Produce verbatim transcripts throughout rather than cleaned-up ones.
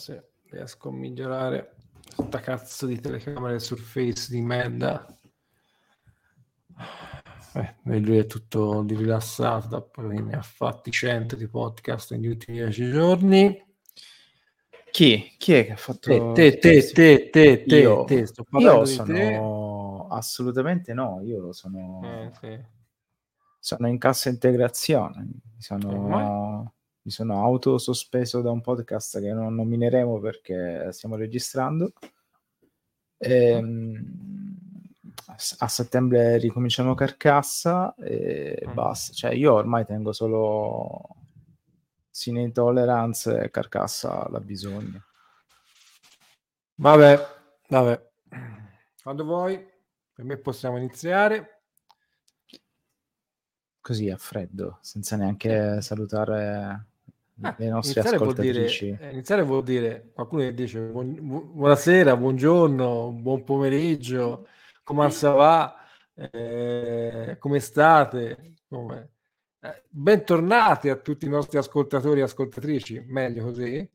se riesco a migliorare questa cazzo di telecamera del Surface di merda. Eh, lui è tutto di rilassato, dopo che ne ha fatti cento di podcast negli ultimi dieci giorni. Chi? Chi è che ha fatto te, te, te, te, te, io, te, sto parlando io di sono te. Assolutamente no, io sono eh, sì. sono in cassa integrazione, mi sono, mi sono autosospeso da un podcast che non nomineremo perché stiamo registrando. Ehm, a settembre ricominciamo Carcassa e Mm. basta, cioè io ormai tengo solo Sine Intolerance e Carcassa la bisogna. Vabbè, vabbè. Quando vuoi, per me possiamo iniziare. Così a freddo, senza neanche salutare Eh, le nostre iniziare vuol ascoltatrici. dire, eh, iniziare vuol dire qualcuno che dice buon, bu- buonasera, buongiorno, buon pomeriggio, come ça va, eh, come state, come... Eh, bentornati a tutti i nostri ascoltatori e ascoltatrici, meglio così.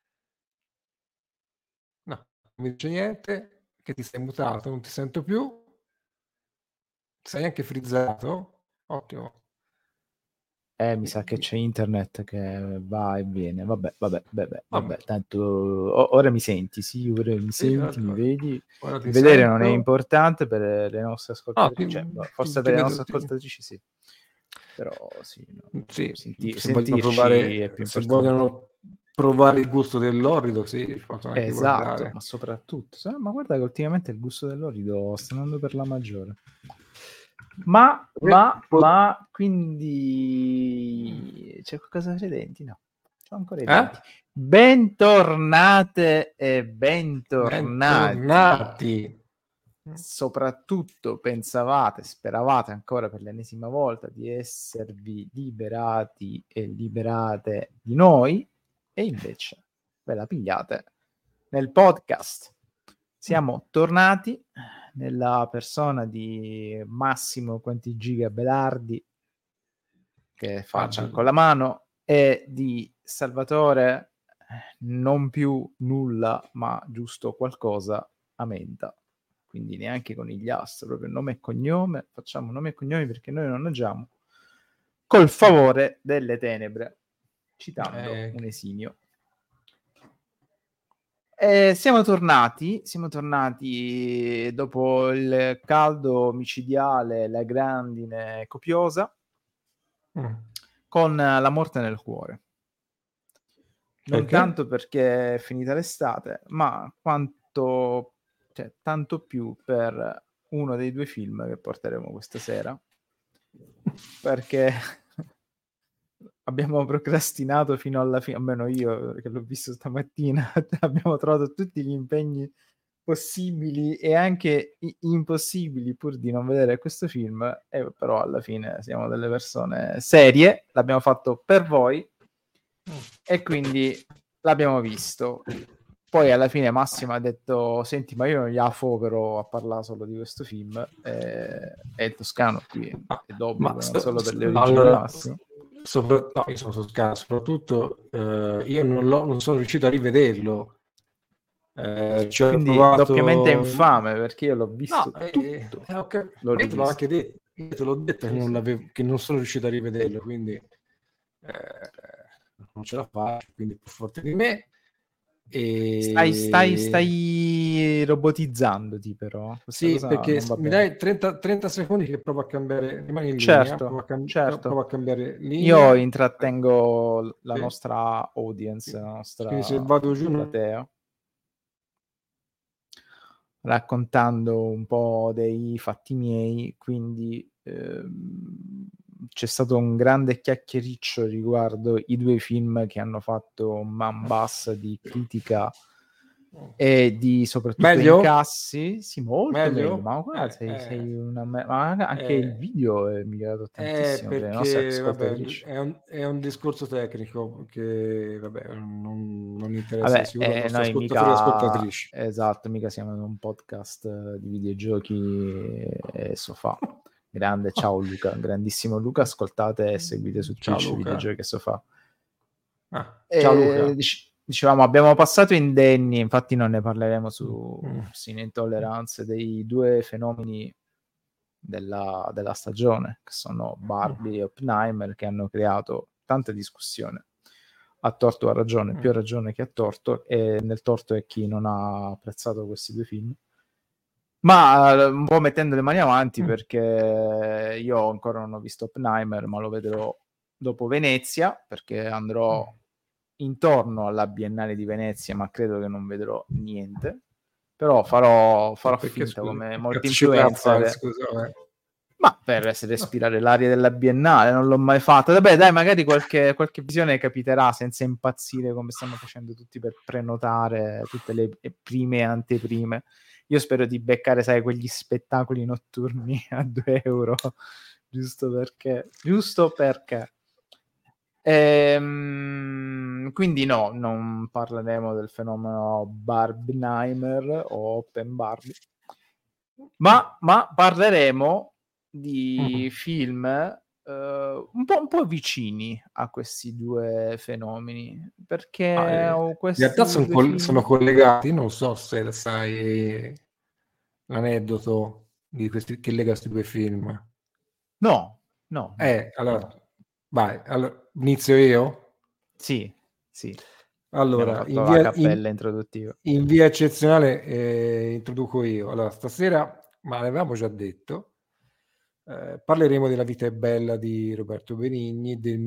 No, non mi dice niente, che ti sei mutato, non ti sento più, sei anche frizzato, ottimo. Eh, mi sa che c'è internet che va e viene. Vabbè, vabbè, vabbè, vabbè. Tanto o- ora mi senti, sì, ora mi Sì, senti, ora- mi vedi. ora ti Vedere sento. non è importante per le nostre ascoltatrici, No, cioè, ti- forse ti- per ti le vedo- nostre ti- ascoltatrici sì. Però sì, no. Sì, Senti- se vogliono sentirci provare, è più se importante. vogliono provare il gusto dell'orido, sì, possono anche Esatto, guardare. ma soprattutto, se- ma guarda che ultimamente il gusto dell'orido sta andando per la maggiore. Ma, ma, ma, quindi c'è qualcosa tra i denti? No, c'ho ancora i Eh? denti. Bentornate e bentornati. Bentornati. Soprattutto pensavate, speravate ancora per l'ennesima volta di esservi liberati e liberate di noi, e invece ve la pigliate nel podcast. Siamo tornati nella persona di Massimo Quanti Giga Belardi, che faccia Guarda, con la mano, e di Salvatore non più nulla ma giusto qualcosa a menta, quindi neanche conigliastro, proprio nome e cognome. Facciamo nome e cognome perché noi non agiamo col favore delle tenebre, citando eh, un esimio. Eh, siamo tornati, siamo tornati dopo il caldo micidiale, la grandine copiosa, mm. con la morte nel cuore. Non Perché? tanto perché è finita l'estate, ma quanto, cioè, tanto più per uno dei due film che porteremo questa sera, perché abbiamo procrastinato fino alla fine, almeno io che l'ho visto stamattina, abbiamo trovato tutti gli impegni possibili e anche i- impossibili pur di non vedere questo film, e però alla fine siamo delle persone serie, l'abbiamo fatto per voi e quindi l'abbiamo visto. Poi alla fine Massimo ha detto: senti, ma io non gli affo però a parlare solo di questo film, e, e il toscano qui Ma, è d'obbligo, ma non sto- solo per le sto- origini di allora, Massimo. sopra- no, io sono toscano, soprattutto eh, io non, l'ho- non sono riuscito a rivederlo. Eh, ci ho Quindi provato. doppiamente infame, perché io l'ho visto No, eh, tutto. eh, ok. L'ho Ma io te l'ho rivisto. anche detto, io te l'ho detto Sì, che, non sì. l'avevo- che non sono riuscito a rivederlo, quindi eh, non ce la faccio, quindi più forte di me. E... Stai, stai, stai robotizzandoti, però. Questa Sì, cosa perché non va mi bene. dai trenta, trenta secondi che provo a cambiare, rimani in linea, provo Certo, a, cam- certo. provo a cambiare Io linea. intrattengo la Sì. nostra audience, la Quindi se nostra vado giù non... platea, raccontando un po' dei fatti miei, quindi ehm, c'è stato un grande chiacchiericcio riguardo i due film che hanno fatto man bassa di critica e di soprattutto Meglio? incassi. Sì, molto Meglio? meglio, ma guarda, Eh, sei, eh, sei una me- ma anche il eh, video è migliorato eh, tantissimo per le nostre perché vabbè, ascoltatrici. è un, è un discorso tecnico che vabbè, non, non interessa di Vabbè, sicuro ai eh, nostri noi ascoltatori e mica, ascoltatrici. esatto, mica siamo in un podcast eh, di videogiochi e sofà. Grande, ciao Luca, grandissimo Luca, ascoltate e seguite su Ciao Twitch Luca. videogiochi e sofà. Ah, ciao E, Luca. dic- dicevamo, abbiamo passato indenni, infatti non ne parleremo su Mm. Sin Intollerance, dei due fenomeni della, della stagione, che sono Barbie e Oppenheimer, che hanno creato tanta discussione. A torto o a ragione, più a ragione che a torto, e nel torto è chi non ha apprezzato questi due film. Ma un po' mettendo le mani avanti, Mm. perché io ancora non ho visto Oppenheimer, ma lo vedrò dopo Venezia, perché andrò intorno alla Biennale di Venezia, ma credo che non vedrò niente. Però farò, farò Perché, finta, scusa, come che molti cazzo ci vai a fare, influencer. scusa, eh? Ma per respirare l'aria della Biennale, non l'ho mai fatto. Vabbè, dai, magari qualche, qualche visione capiterà, senza impazzire come stanno facendo tutti per prenotare tutte le prime e anteprime. Io spero di beccare, sai, quegli spettacoli notturni a due euro, giusto perché. Giusto perché. Ehm, quindi no, non parleremo del fenomeno Barbenheimer o Open Barbie, ma, ma parleremo di Mm. film eh, un po', un po' vicini a questi due fenomeni, perché Ah, eh, ho in realtà questi son due col- film. sono collegati, non so se sai l'aneddoto di questi, che lega questi due film. No, no, no, Eh, allora, no. vai, allora, inizio io? Sì, sì, abbiamo Allora, in fatto la via, in- cappella introduttiva. in via eccezionale eh, introduco io. Allora, stasera, ma l'avevamo già detto, eh, parleremo della vita è bella di Roberto Benigni del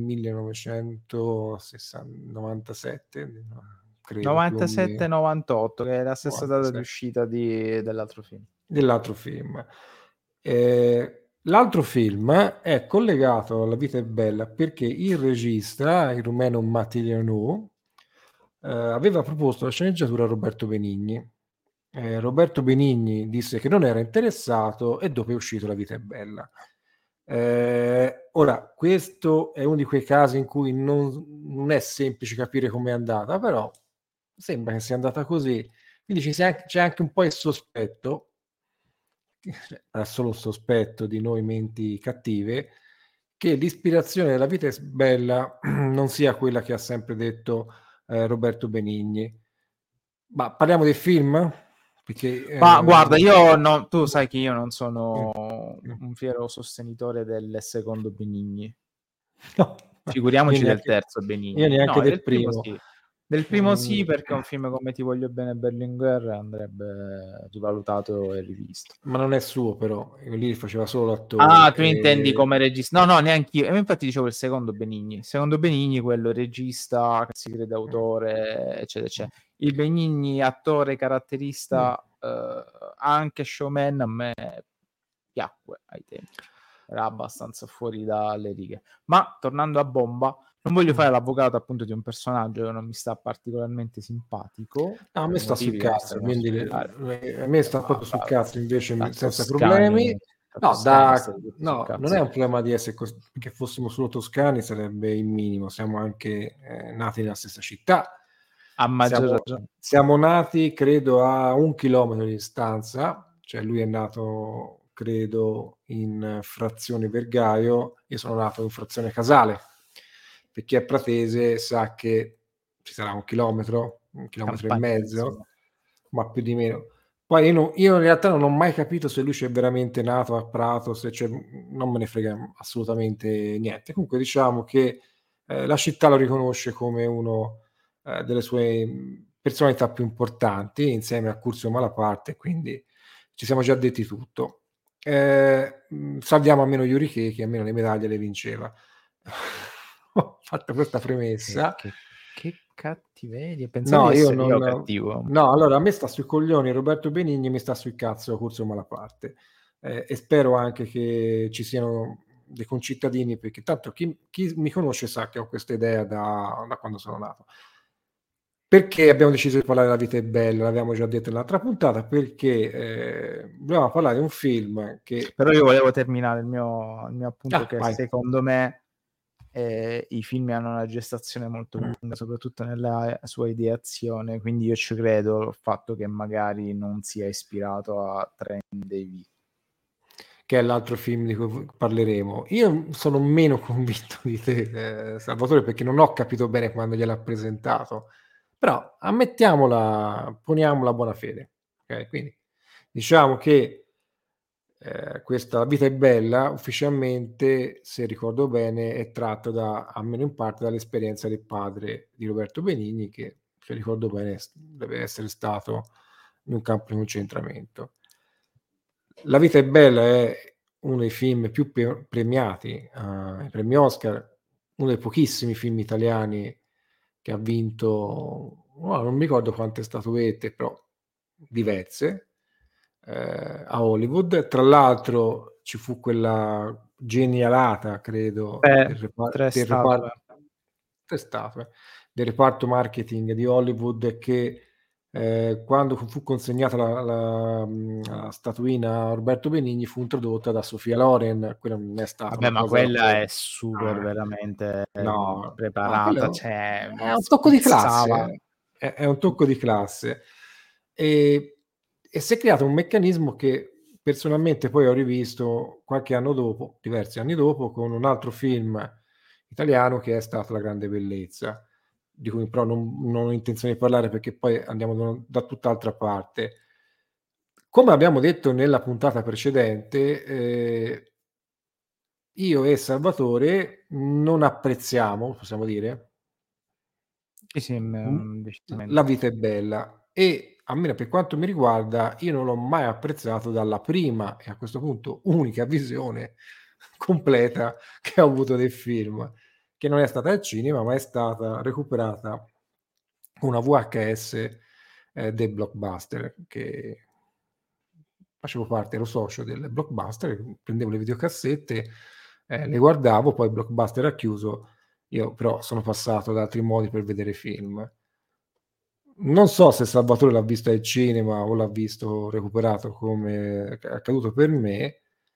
millenovecentonovantasette, credo più o novantasette meno, novantotto, che è la stessa data di novantasette, uscita di- dell'altro film. dell'altro film. Eh, l'altro film è collegato alla vita è bella perché il regista, il rumeno Matilianu, eh, aveva proposto la sceneggiatura a Roberto Benigni. Eh, Roberto Benigni disse che non era interessato e dopo è uscito La vita è bella. Eh, ora, questo è uno di quei casi in cui non, non è semplice capire com'è andata, però sembra che sia andata così. Quindi ci sia- c'è anche un po' il sospetto, è solo un sospetto di noi menti cattive, che l'ispirazione della vita è bella non sia quella che ha sempre detto eh, Roberto Benigni. Ma parliamo del film? Perché Ma guarda, eh, io no, tu sai che io non mm, sono mm. un fiero sostenitore del secondo Benigni. No, io Figuriamoci del neanche, terzo io Benigni. neanche No, del del primo primo. sì. Del primo Mm, sì, perché un film come Ti voglio bene Berlinguer andrebbe rivalutato e rivisto. ma non è suo, però lì faceva solo Ah, l'attore. tu intendi E... come regista? No, no, neanche io. E infatti dicevo il secondo Benigni. Il secondo Benigni, quello regista, che si crede autore, eccetera, eccetera. Il Benigni, attore, caratterista, eh, anche showman, a me piacque ai tempi. Era abbastanza fuori dalle righe. Ma, tornando a bomba, non voglio fare l'avvocato appunto di un personaggio che non mi sta particolarmente simpatico, No, a me per sta sul motivi che non cazzo, staremo a quindi spiegare. eh, a me sta Ma proprio sul la, cazzo invece la senza Toscani, problemi. la No, Toscani sta da, tutti sul no, non è cazzo. un problema di essere cos- che fossimo solo toscani, sarebbe il minimo. Siamo anche eh, nati nella stessa città. A maggior Siamo, ragione. siamo nati, credo, a un chilometro di distanza. Cioè, lui è nato, credo, in frazione Vergaio, io sono nato in frazione Casale. Per chi è pratese sa che ci sarà un chilometro, un chilometro e mezzo, Campanilizio. ma più di meno. Poi io, non- io in realtà non ho mai capito se lui c'è veramente nato a Prato, se c'è, non me ne frega assolutamente niente. Comunque diciamo che eh, la città lo riconosce come uno eh, delle sue mh, personalità più importanti, insieme a Curzio Malaparte, quindi ci siamo già detti tutto. Eh, mh, salviamo almeno Yuri Ke, che almeno le medaglie le vinceva. Ho fatto questa Che, premessa. che, che cattiveria. Pensavo No, di io essere non. io cattivo. No, allora a me sta sui coglioni Roberto Benigni, mi sta sul cazzo Curzio Malaparte. Eh, e spero anche che ci siano dei concittadini, perché tanto chi, chi mi conosce sa che ho questa idea da, da quando sono nato. Perché abbiamo deciso di parlare della vita è bella? L'abbiamo già detto nell'altra puntata, perché eh, volevamo parlare di un film che. Però io volevo terminare il mio, il mio appunto, Ah, che vai. secondo me eh, i film hanno una gestazione molto lunga, soprattutto nella sua ideazione, quindi io ci credo il fatto che magari non sia ispirato a Trent Davy. Che è l'altro film di cui parleremo. Io sono meno convinto di te, eh, Salvatore, perché non ho capito bene quando gliel'ha presentato. Però ammettiamola, poniamola a buona fede. Okay? Quindi diciamo che eh, questa La vita è bella, ufficialmente, se ricordo bene, è tratta da, almeno in parte, dall'esperienza del padre di Roberto Benigni, che, se ricordo bene, deve essere stato in un campo di concentramento. La vita è bella è uno dei film più pe- premiati ai premi Oscar, uno dei pochissimi film italiani che ha vinto, oh, non mi ricordo quante statuette, però diverse, eh, a Hollywood. Tra l'altro ci fu quella genialata, credo, Beh, del, repar- tre del statue. reparto, tre statue, del reparto marketing di Hollywood, che eh, quando fu consegnata la, la, la statuina a Roberto Benigni fu introdotta da Sofia Loren. Quella non è stata Vabbè, una ma cosa da quella è poco. super Ah, veramente ehm, no, no, preparata, quello cioè è un tocco di spizzava. classe, è, è un tocco di classe. E, e si è creato un meccanismo che personalmente poi ho rivisto qualche anno dopo, diversi anni dopo, con un altro film italiano che è stato La grande bellezza, di cui però non, non ho intenzione di parlare perché poi andiamo da, da tutt'altra parte. Come abbiamo detto nella puntata precedente, eh, io e Salvatore non apprezziamo, possiamo dire, Sì, sì, mm, decisamente. La vita è bella, e almeno per quanto mi riguarda io non l'ho mai apprezzato dalla prima e a questo punto unica visione completa che ho avuto del film, che non è stata al cinema ma è stata recuperata con una V H S eh, del Blockbuster, che facevo parte, ero socio del Blockbuster, prendevo le videocassette, eh, le guardavo, poi il Blockbuster ha chiuso, io però sono passato ad altri modi per vedere film. Non so se Salvatore l'ha visto al cinema o l'ha visto recuperato come è accaduto per me.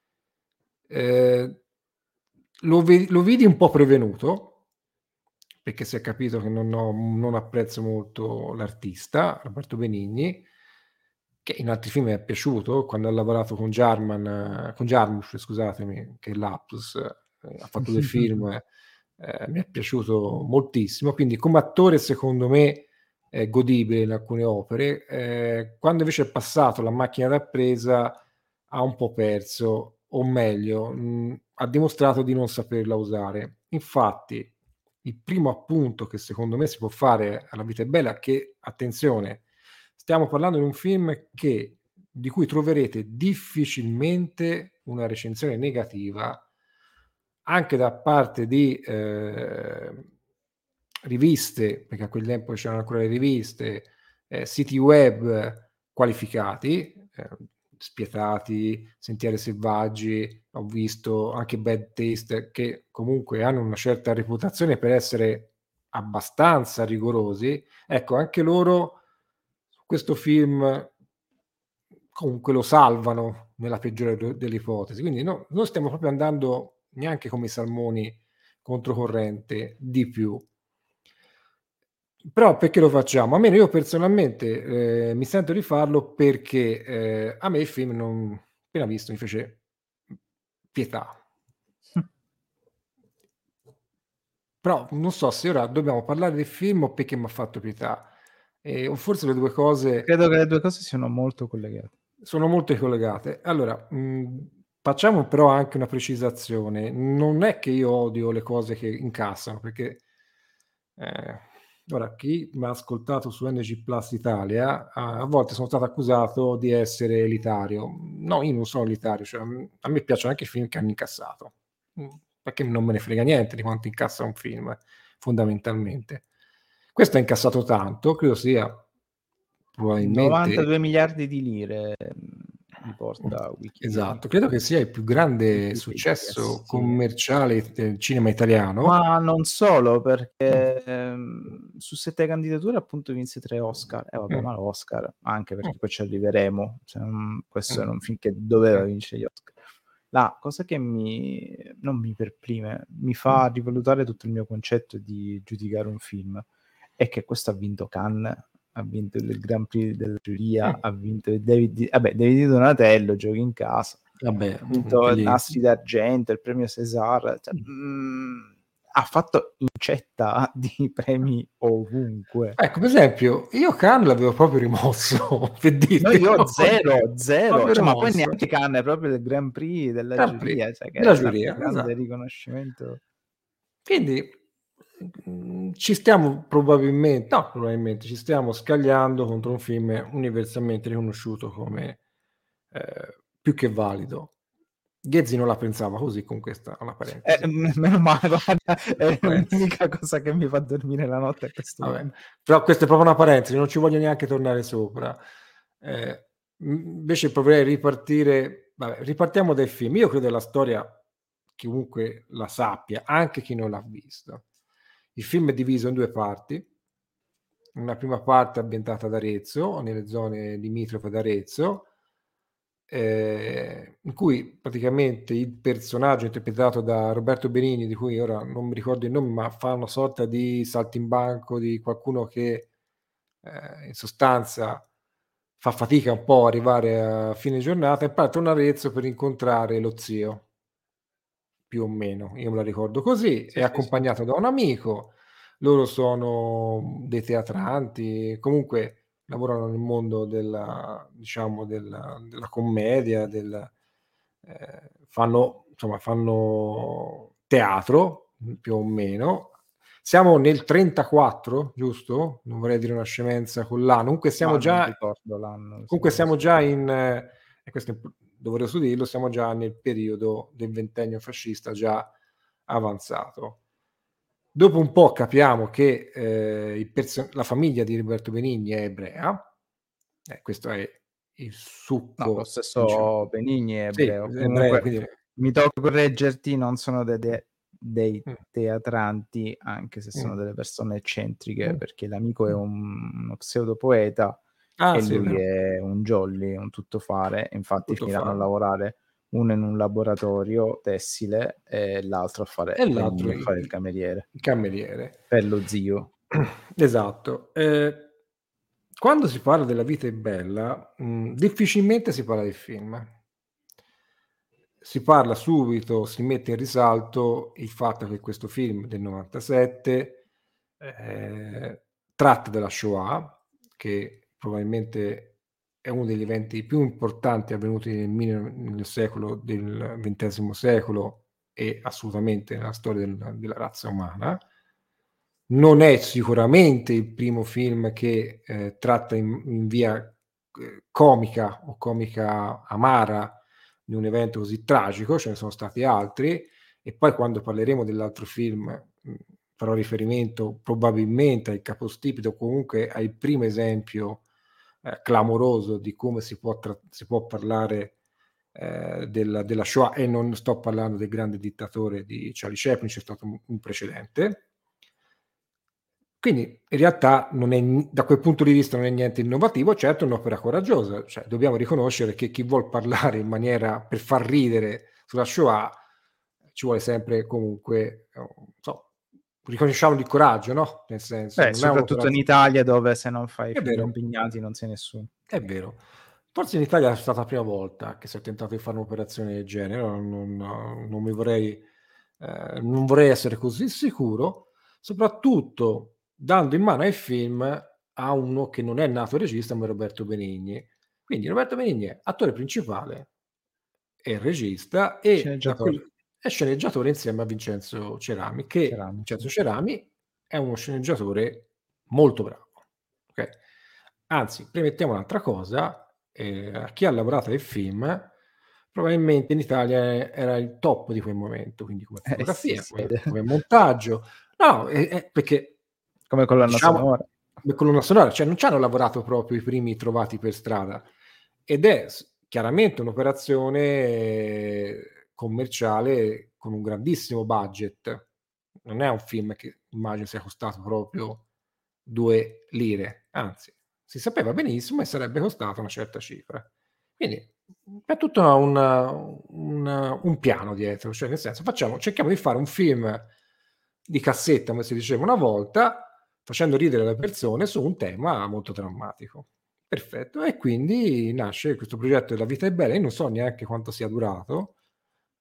Eh, lo, ve- lo vidi un po' prevenuto, perché si è capito che non, ho, non apprezzo molto l'artista, Roberto Benigni, che in altri film mi è piaciuto, quando ha lavorato con Jarman, con Jarmusch, scusatemi, che è l'Apps, eh, ha fatto dei film, eh, mi è piaciuto moltissimo, quindi come attore secondo me è godibile in alcune opere, eh, quando invece è passato La macchina da presa ha un po' perso, o meglio, mh, ha dimostrato di non saperla usare. Infatti, il primo appunto che secondo me si può fare alla vita è bella, che, attenzione, stiamo parlando di un film che, di cui troverete difficilmente una recensione negativa anche da parte di eh, riviste, perché a quel tempo c'erano ancora le riviste, eh, siti web qualificati, eh, Spietati, Sentieri Selvaggi, ho visto anche Bad Taste, che comunque hanno una certa reputazione per essere abbastanza rigorosi. Ecco, anche loro questo film comunque lo salvano nella peggiore delle ipotesi. Quindi no, non stiamo proprio andando neanche come i salmoni controcorrente di più. Però perché lo facciamo? Almeno io personalmente eh, mi sento di farlo perché eh, a me il film, non, appena visto, mi fece pietà. Però non so se ora dobbiamo parlare del film o perché mi ha fatto pietà. Eh, o forse le due cose Credo che le due cose siano molto collegate. sono molto collegate. Allora, mh, facciamo però anche una precisazione. Non è che io odio le cose che incassano, perché eh, ora chi mi ha ascoltato su N G Plus Italia, a, a volte sono stato accusato di essere elitario. No, io non sono elitario, cioè, a me piacciono anche i film che hanno incassato, perché non me ne frega niente di quanto incassa un film, fondamentalmente. Questo ha incassato tanto, credo sia probabilmente. novantadue miliardi di lire mi porta Wikipedia. Esatto, credo che sia il più grande Wikipedia, successo sì. commerciale del cinema italiano. Ma non solo, Mm, perché ehm, su sette candidature appunto vinse tre Oscar. E eh, vabbè, mm, ma l'Oscar, anche mm, perché poi ci arriveremo. Cioè, um, questo mm, era un film che doveva mm, vincere gli Oscar. La cosa che mi non mi perplime, mi mm. fa rivalutare tutto il mio concetto di giudicare un film, è che questo ha vinto Cannes, ha vinto il Grand Prix della giuria, Mm. ha vinto il David di, vabbè, David di Donatello, Giochi in casa, Vabbè, ha mm, vinto quelli- Nastri d'Argento, il premio César, cioè, mm. mm, ha fatto incetta di premi ovunque. Ecco, per esempio, io Cannes l'avevo proprio rimosso, per No, dirti. io zero, zero, cioè, ma poi rimosso. neanche Cannes, è proprio il Grand Prix della Grand Prix, giuria, cioè, che della è la giuria, più grande esatto. riconoscimento. Quindi mh, ci stiamo probabilmente, no, probabilmente ci stiamo scagliando contro un film universalmente riconosciuto come eh, più che valido. Ghezzi non la pensava così, con questa una parentesi. Eh, m- meno male, guarda, è Parentesi. l'unica cosa che mi fa dormire la notte a questo Vabbè, punto. però questa è proprio una parentesi, non ci voglio neanche tornare sopra. Eh, invece proverei a ripartire, vabbè, ripartiamo dai film. Io credo che la storia chiunque la sappia, anche chi non l'ha vista. Il film è diviso in due parti. Una prima parte ambientata ad Arezzo, nelle zone limitrofe ad Arezzo, eh, in cui praticamente il personaggio interpretato da Roberto Benigni, di cui ora non mi ricordo il nome, ma fa una sorta di saltimbanco di qualcuno che eh, in sostanza fa fatica un po' a arrivare a fine giornata e poi torna a Arezzo per incontrare lo zio, più o meno, io me la ricordo così, Sì, è sì, sì. accompagnato da un amico, loro sono dei teatranti, comunque lavorano nel mondo della, diciamo, della, della commedia, del, eh, fanno, insomma, fanno teatro, più o meno. Siamo nel trentaquattro, giusto? Non vorrei dire una scemenza con l'anno, comunque siamo Ma non già, ricordo l'anno. comunque Sì, siamo sì. già in... eh, e questo è doveroso dirlo, siamo già nel periodo del ventennio fascista già avanzato. Dopo un po' capiamo che eh, il perso- la famiglia di Roberto Benigni è ebrea, eh, questo è il No, lo succo principale. stesso Benigni è Sì, ebreo. è ebrea, Comunque, quindi... mi tocca correggerti, non sono de- de- dei Mm, teatranti, anche se sono mm, delle persone eccentriche, mm, perché l'amico è mm. un, uno pseudopoeta Ah, e sì, è lui vero, è un jolly, un tuttofare. Infatti tutto finiranno a farlo. lavorare uno in un laboratorio tessile e l'altro a fare, E Benigni l'altro a il, fare il cameriere il cameriere. per lo zio. Esatto. Eh, quando si parla della vita è bella, mh, difficilmente si parla del film. Si parla subito, si mette in risalto il fatto che questo film del novantasette eh, tratta della Shoah, che probabilmente è uno degli eventi più importanti avvenuti nel, nel secolo del ventesimo secolo e assolutamente nella storia del, della razza umana. Non è sicuramente il primo film che eh, tratta in, in via eh, comica o comica amara di un evento così tragico, ce ne sono stati altri, e poi quando parleremo dell'altro film mh, farò riferimento probabilmente al capostipite o comunque al primo esempio eh, clamoroso di come si può, tra- si può parlare eh, della, della Shoah, e non sto parlando del grande dittatore di Charlie Chaplin, c'è stato un, un precedente. Quindi in realtà non è, da quel punto di vista non è niente innovativo, certo è un'opera coraggiosa, cioè dobbiamo riconoscere che chi vuol parlare in maniera per far ridere sulla Shoah ci vuole sempre comunque, non so, riconosciamo di coraggio, no? Nel senso, Beh, non è soprattutto in un'operazione... Italia dove se non fai È film vero, impegnati non sei nessuno. è vero. Forse in Italia è stata la prima volta che si è tentato di fare un'operazione del genere, non, non, non mi vorrei, eh, non vorrei essere così sicuro, soprattutto dando in mano ai film a uno che non è nato regista, ma è Roberto Benigni. Quindi Roberto Benigni è attore principale e regista e da Sceneggiatore, quel, è sceneggiatore insieme a Vincenzo Cerami, che ceramici. Vincenzo Cerami è uno sceneggiatore molto bravo. Okay? Anzi, premettiamo un'altra cosa, eh, a chi ha lavorato ai film, probabilmente in Italia era il top di quel momento, quindi come Eh sì, fotografia, si come, vede. come montaggio. No, eh, eh, perché Come colonna diciamo sonora. come colonna sonora, cioè non ci hanno lavorato proprio i primi trovati per strada, ed è chiaramente un'operazione eh, commerciale con un grandissimo budget. Non è un film che immagino sia costato proprio due lire, anzi, si sapeva benissimo e sarebbe costato una certa cifra. Quindi è tutto un, un, un piano dietro, cioè nel senso facciamo, cerchiamo di fare un film di cassetta, come si diceva una volta, facendo ridere le persone su un tema molto drammatico. Perfetto, e quindi nasce questo progetto della vita è bella, io non so neanche quanto sia durato,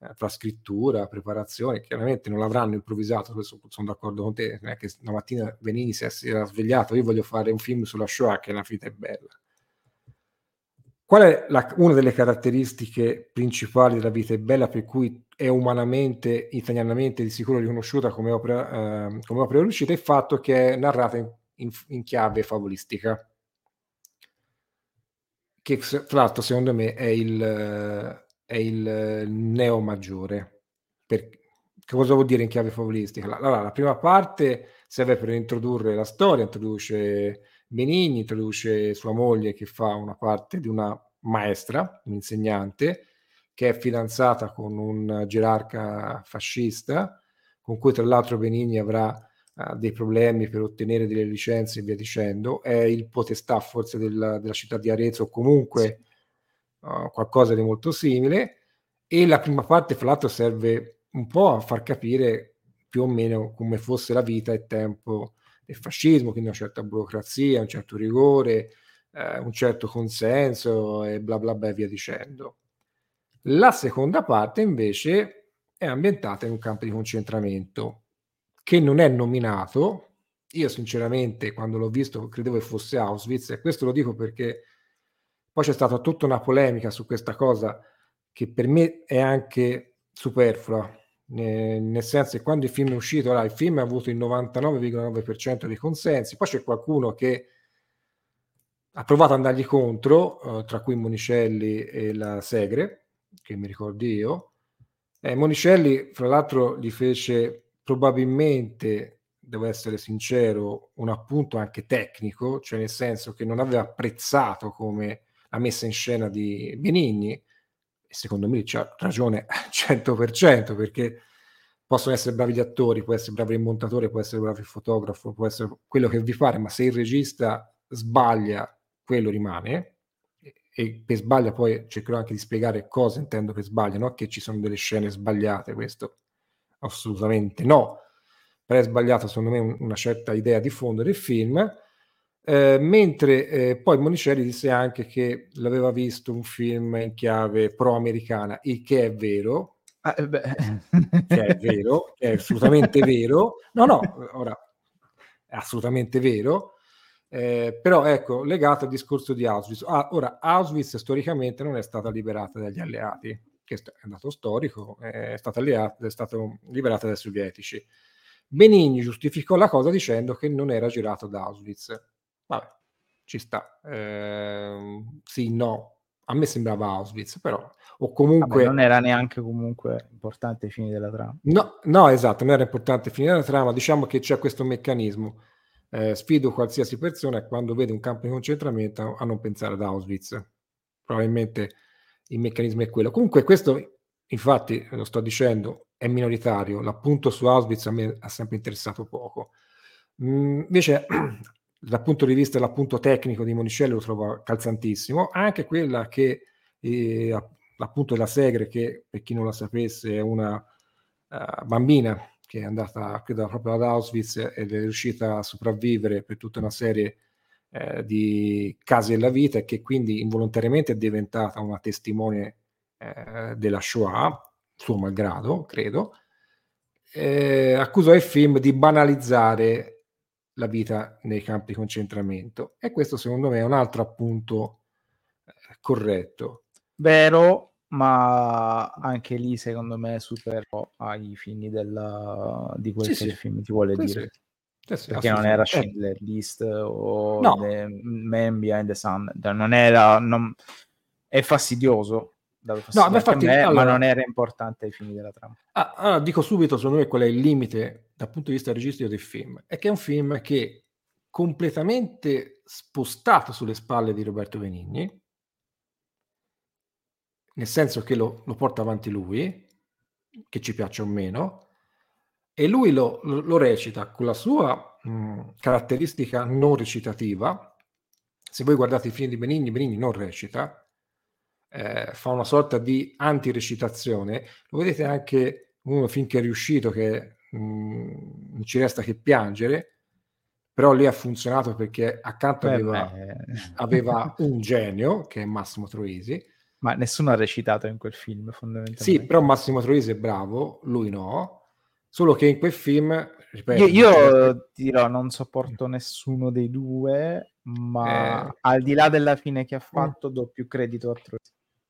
eh, tra scrittura, preparazione. Chiaramente non l'avranno improvvisato, questo sono d'accordo con te, non è che una mattina Benigni si era svegliato, io voglio fare un film sulla Shoah, che La vita è bella. Qual è la, una delle caratteristiche principali della vita è bella, per cui è umanamente, italianamente di sicuro riconosciuta come opera, eh, come opera riuscita? Il fatto che è narrata in, in, in chiave favolistica, che tra l'altro secondo me è il, è il neo maggiore. Per, che cosa vuol dire in chiave favolistica? Allora, la prima parte serve per introdurre la storia, introduce Benigni, introduce sua moglie che fa una parte di una maestra, un'insegnante, che è fidanzata con un gerarca fascista, con cui tra l'altro Benigni avrà uh, dei problemi per ottenere delle licenze e via dicendo. È il potestà forse della, della città di Arezzo, o comunque uh, qualcosa di molto simile, e la prima parte fra l'altro serve un po' a far capire più o meno come fosse la vita e tempo del fascismo, quindi una certa burocrazia, un certo rigore, eh, un certo consenso e bla bla bla e via dicendo. La seconda parte invece è ambientata in un campo di concentramento che non è nominato. Io sinceramente quando l'ho visto credevo che fosse Auschwitz, e questo lo dico perché poi c'è stata tutta una polemica su questa cosa che per me è anche superflua, eh, nel senso che quando il film è uscito, allora, il film ha avuto il novantanove virgola nove per cento dei consensi, poi c'è qualcuno che ha provato ad andargli contro, eh, tra cui Monicelli e la Segre, che mi ricordi io. Eh, Monicelli, fra l'altro, gli fece probabilmente, devo essere sincero, un appunto anche tecnico, cioè nel senso che non aveva apprezzato come la messa in scena di Benigni, e secondo me c'ha ragione cento per cento, perché possono essere bravi gli attori, può essere bravo il montatore, può essere bravo il fotografo, può essere quello che vi pare, ma se il regista sbaglia, quello rimane. E per sbaglia poi cercherò anche di spiegare cosa intendo per sbaglia, no? Che ci sono delle scene sbagliate, questo assolutamente no, però è sbagliato secondo me un, una certa idea di fondo del film, eh, mentre eh, poi Monicelli disse anche che l'aveva visto un film in chiave pro-americana, il che è vero, ah, beh. che è vero, che è assolutamente vero, no no, ora è assolutamente vero. Eh, però ecco, legato al discorso di Auschwitz. Ah, ora, Auschwitz storicamente non è stata liberata dagli alleati, che è un dato storico, è stata, alleata, è stata liberata dai sovietici. Benigni giustificò la cosa dicendo che non era girato da Auschwitz. Vabbè, ci sta. Eh, sì, no. A me sembrava Auschwitz, però. O comunque... Vabbè, non era neanche comunque importante ai fini della trama. No, no, esatto, non era importante finire la trama. Diciamo che c'è questo meccanismo. Eh, sfido qualsiasi persona quando vede un campo di concentramento a non pensare ad Auschwitz. Probabilmente il meccanismo è quello. Comunque questo, infatti, lo sto dicendo, è minoritario. L'appunto su Auschwitz a me ha sempre interessato poco. Mm, invece, dal punto di vista dell'appunto tecnico di Monicelli lo trovo calzantissimo. Anche quella che, eh, appunto della Segre, che per chi non la sapesse è una uh, bambina che è andata, credo, proprio ad Auschwitz ed è riuscita a sopravvivere per tutta una serie eh, di casi della vita, e che quindi involontariamente è diventata una testimone eh, della Shoah, suo malgrado, credo, eh, accusò il film di banalizzare la vita nei campi di concentramento, e questo secondo me è un altro appunto eh, corretto. Vero, ma anche lì secondo me superò ai fini della, di quel Sì, che sì. il film ti vuole Sì, dire. sì. Sì, perché non era Schindler List o no. The Man Behind the Sun, non era, non, è fastidioso, dato fastidio no, infatti, me, allora, ma non era importante ai fini della trama. Ah, allora, dico subito secondo me qual è il limite dal punto di vista registico del film, è che è un film che completamente spostato sulle spalle di Roberto Benigni, nel senso che lo, lo porta avanti lui, che ci piaccia o meno, e lui lo, lo, lo recita con la sua mh, caratteristica non recitativa. Se voi guardate i film di Benigni, Benigni non recita, eh, fa una sorta di antirecitazione. Lo vedete anche uno finché è riuscito, che mh, non ci resta che piangere, però lì ha funzionato perché accanto Beh, aveva, me... aveva un genio che è Massimo Troisi. Ma nessuno ha recitato in quel film, Sì, fondamentalmente. però Massimo Troisi è bravo, lui no, solo che in quel film, Io, ripeto, io ti dirò, non sopporto nessuno dei due, ma eh, al di là della fine che ha mm, fatto, do più credito a Troisi.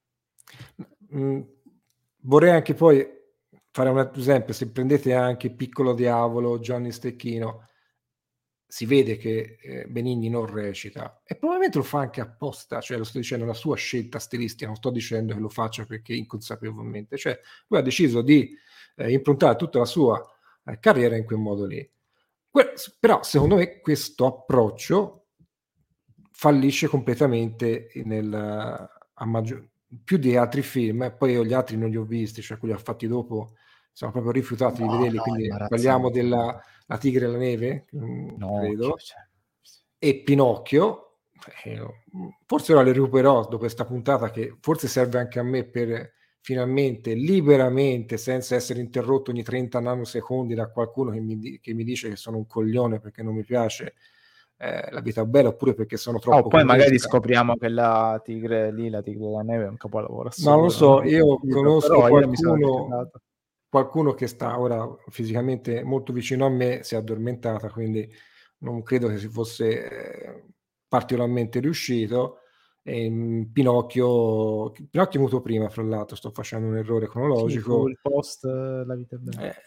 mm, vorrei anche poi fare un altro esempio, se prendete anche Piccolo Diavolo, Gianni Stecchino, si vede che eh, Benigni non recita e probabilmente lo fa anche apposta, cioè lo sto dicendo, la sua scelta stilistica, non sto dicendo che lo faccia perché inconsapevolmente, cioè lui ha deciso di eh, improntare tutta la sua eh, carriera in quel modo lì. Que- però secondo me questo approccio fallisce completamente nel, a maggior, più di altri film, poi io gli altri non li ho visti, cioè quelli fatti dopo siamo proprio rifiutati di No, vederli, no, quindi parliamo imbarazzante. della La tigre e la neve, mm, Pinocchio, credo, cioè. e Pinocchio, eh, forse ora le recuperò dopo questa puntata che forse serve anche a me per finalmente, liberamente, senza essere interrotto ogni trenta nanosecondi da qualcuno che mi, che mi dice che sono un coglione perché non mi piace eh, La vita bella, oppure perché sono Oh, troppo poi magari comunista. scopriamo che la tigre lì, la tigre della neve, è un capolavoro Non lo assoluto. Non so, l'ho io sentito, conosco però io mi sono qualcuno, rifiutato. qualcuno che sta ora fisicamente molto vicino a me, si è addormentata, quindi non credo che si fosse eh, particolarmente riuscito. E, mh, Pinocchio, Pinocchio è muto prima, fra l'altro, sto facendo un errore Sì, fu cronologico. il post eh, La vita è bella. Eh,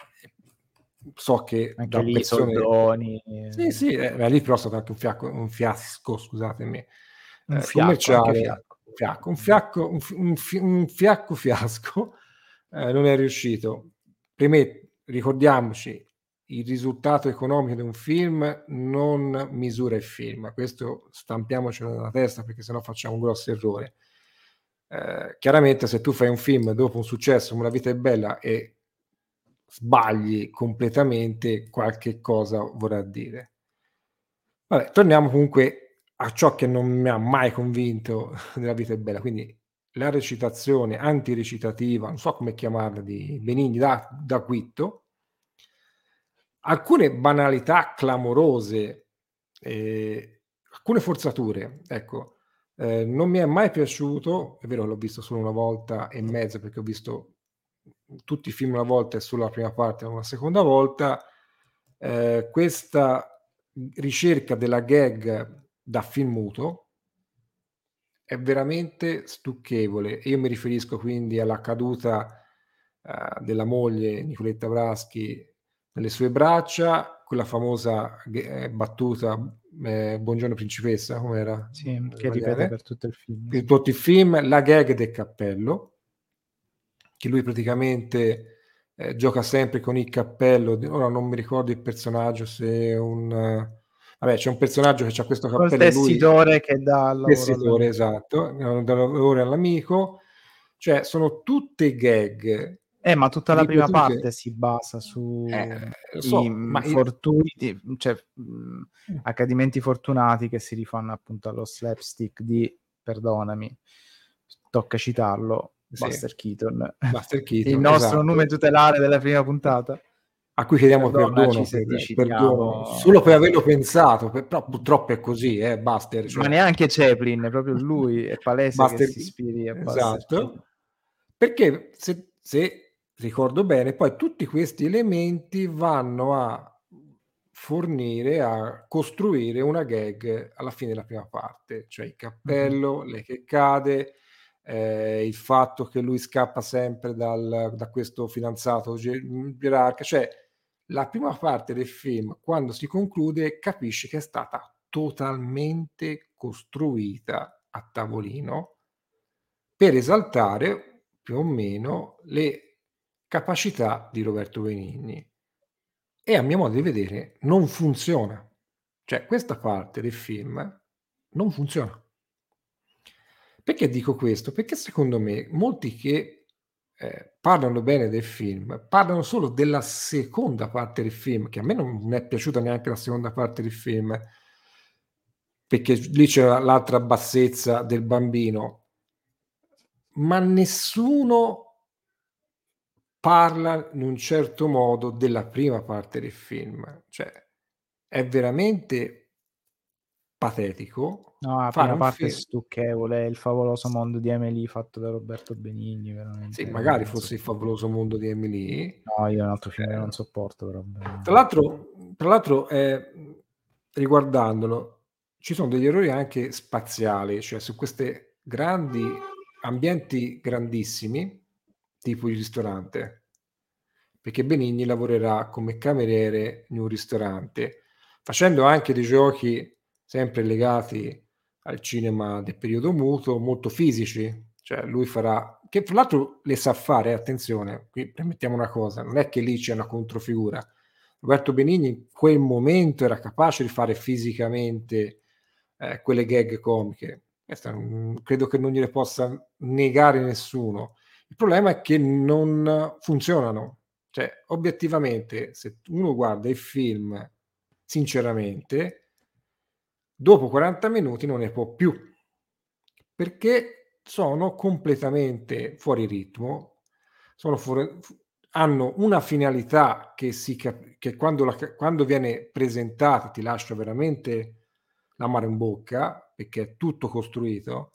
so che Anche da lì i persone... soldoni. Sì, eh, sì, eh, ma lì però è stato anche un, fiacco, un fiasco, scusatemi, Un eh, fiacco, anche commerciale, fiacco. un fiacco, un, fiacco, un, fi- un, fi- un fiacco fiasco, eh, non è riuscito. Per me, ricordiamoci, il risultato economico di un film non misura il film, questo stampiamocelo nella testa perché sennò facciamo un grosso errore. Eh, chiaramente se tu fai un film dopo un successo come La vita è bella e sbagli completamente, qualche cosa vorrà dire. Vabbè, torniamo comunque a ciò che non mi ha mai convinto della vita è bella, quindi la recitazione antirecitativa, non so come chiamarla, di Benigni da, da Quitto, alcune banalità clamorose, eh, alcune forzature, ecco, eh, non mi è mai piaciuto, è vero che l'ho visto solo una volta e mezza perché ho visto tutti i film una volta e solo la prima parte una seconda volta, eh, questa ricerca della gag da film muto è veramente stucchevole. Io mi riferisco quindi alla caduta eh, della moglie Nicoletta Braschi nelle sue braccia, quella famosa eh, battuta eh, Buongiorno principessa, come era Sì, in che ripete italiano, per tutto il film. per Sì. tutto il film, la gag del cappello, che lui praticamente eh, gioca sempre con il cappello, ora non mi ricordo il personaggio, se è un... vabbè, c'è un personaggio che ha questo Col cappello e lui tessitore che dà il lavoro tessitore, all'amico. esatto, da lavoro all'amico, cioè sono tutte gag Eh, ma tutta la prima ripetute, parte si basa eh, su lo i so, mhmm, ma i- fortuiti, cioè, mhmm, accadimenti fortunati che si rifanno appunto allo slapstick di, perdonami, tocca citarlo, sì, Buster Keaton, Buster il Keaton, nostro nume esatto, tutelare della prima puntata. a cui chiediamo Perdonaci perdono, se ti per, perdono citiamo, solo per averlo pensato, per- però purtroppo è così, eh, Buster, ma cioè, neanche Chaplin, proprio lui, è palese che Buster, si ispiri a Buster Keaton. esatto, perché se, se ricordo bene, poi tutti questi elementi vanno a fornire, a costruire una gag alla fine della prima parte, cioè il Mh-mh. cappello, lei che cade, eh, il fatto che lui scappa sempre dal, da questo fidanzato ge- gerarca, cioè la prima parte del film, quando si conclude, capisci che è stata totalmente costruita a tavolino per esaltare più o meno le capacità di Roberto Benigni. E a mio modo di vedere non funziona. Cioè questa parte del film non funziona. Perché dico questo? Perché secondo me molti che eh, parlano bene del film parlano solo della seconda parte del film, che a me non è piaciuta neanche la seconda parte del film, perché lì c'era l'altra bassezza del bambino, ma nessuno parla in un certo modo della prima parte del film, cioè è veramente patetico. No, la fare prima un parte è film, stucchevole, il favoloso mondo di Emily fatto da Roberto Benigni, veramente. sì, magari Non so. fosse Il favoloso mondo di Emily. No, io è un altro film che non Eh, sopporto, però. beh. tra l'altro, tra l'altro eh, riguardandolo, ci sono degli errori anche spaziali, cioè su queste grandi ambienti grandissimi, tipo il ristorante, perché Benigni lavorerà come cameriere in un ristorante, facendo anche dei giochi sempre legati al cinema del periodo muto, molto fisici, cioè lui farà, che tra l'altro le sa fare, attenzione, qui premettiamo una cosa, non è che lì c'è una controfigura. Roberto Benigni in quel momento era capace di fare fisicamente eh, quelle gag comiche. Questa, mh, credo che non gliele possa negare nessuno. Il problema è che non funzionano. Cioè, obiettivamente, se uno guarda il film sinceramente, dopo quaranta minuti non ne può più, perché sono completamente fuori ritmo, sono fuori, hanno una finalità che, si cap- che quando, la, quando viene presentata ti lascia veramente l'amaro in bocca, perché è tutto costruito,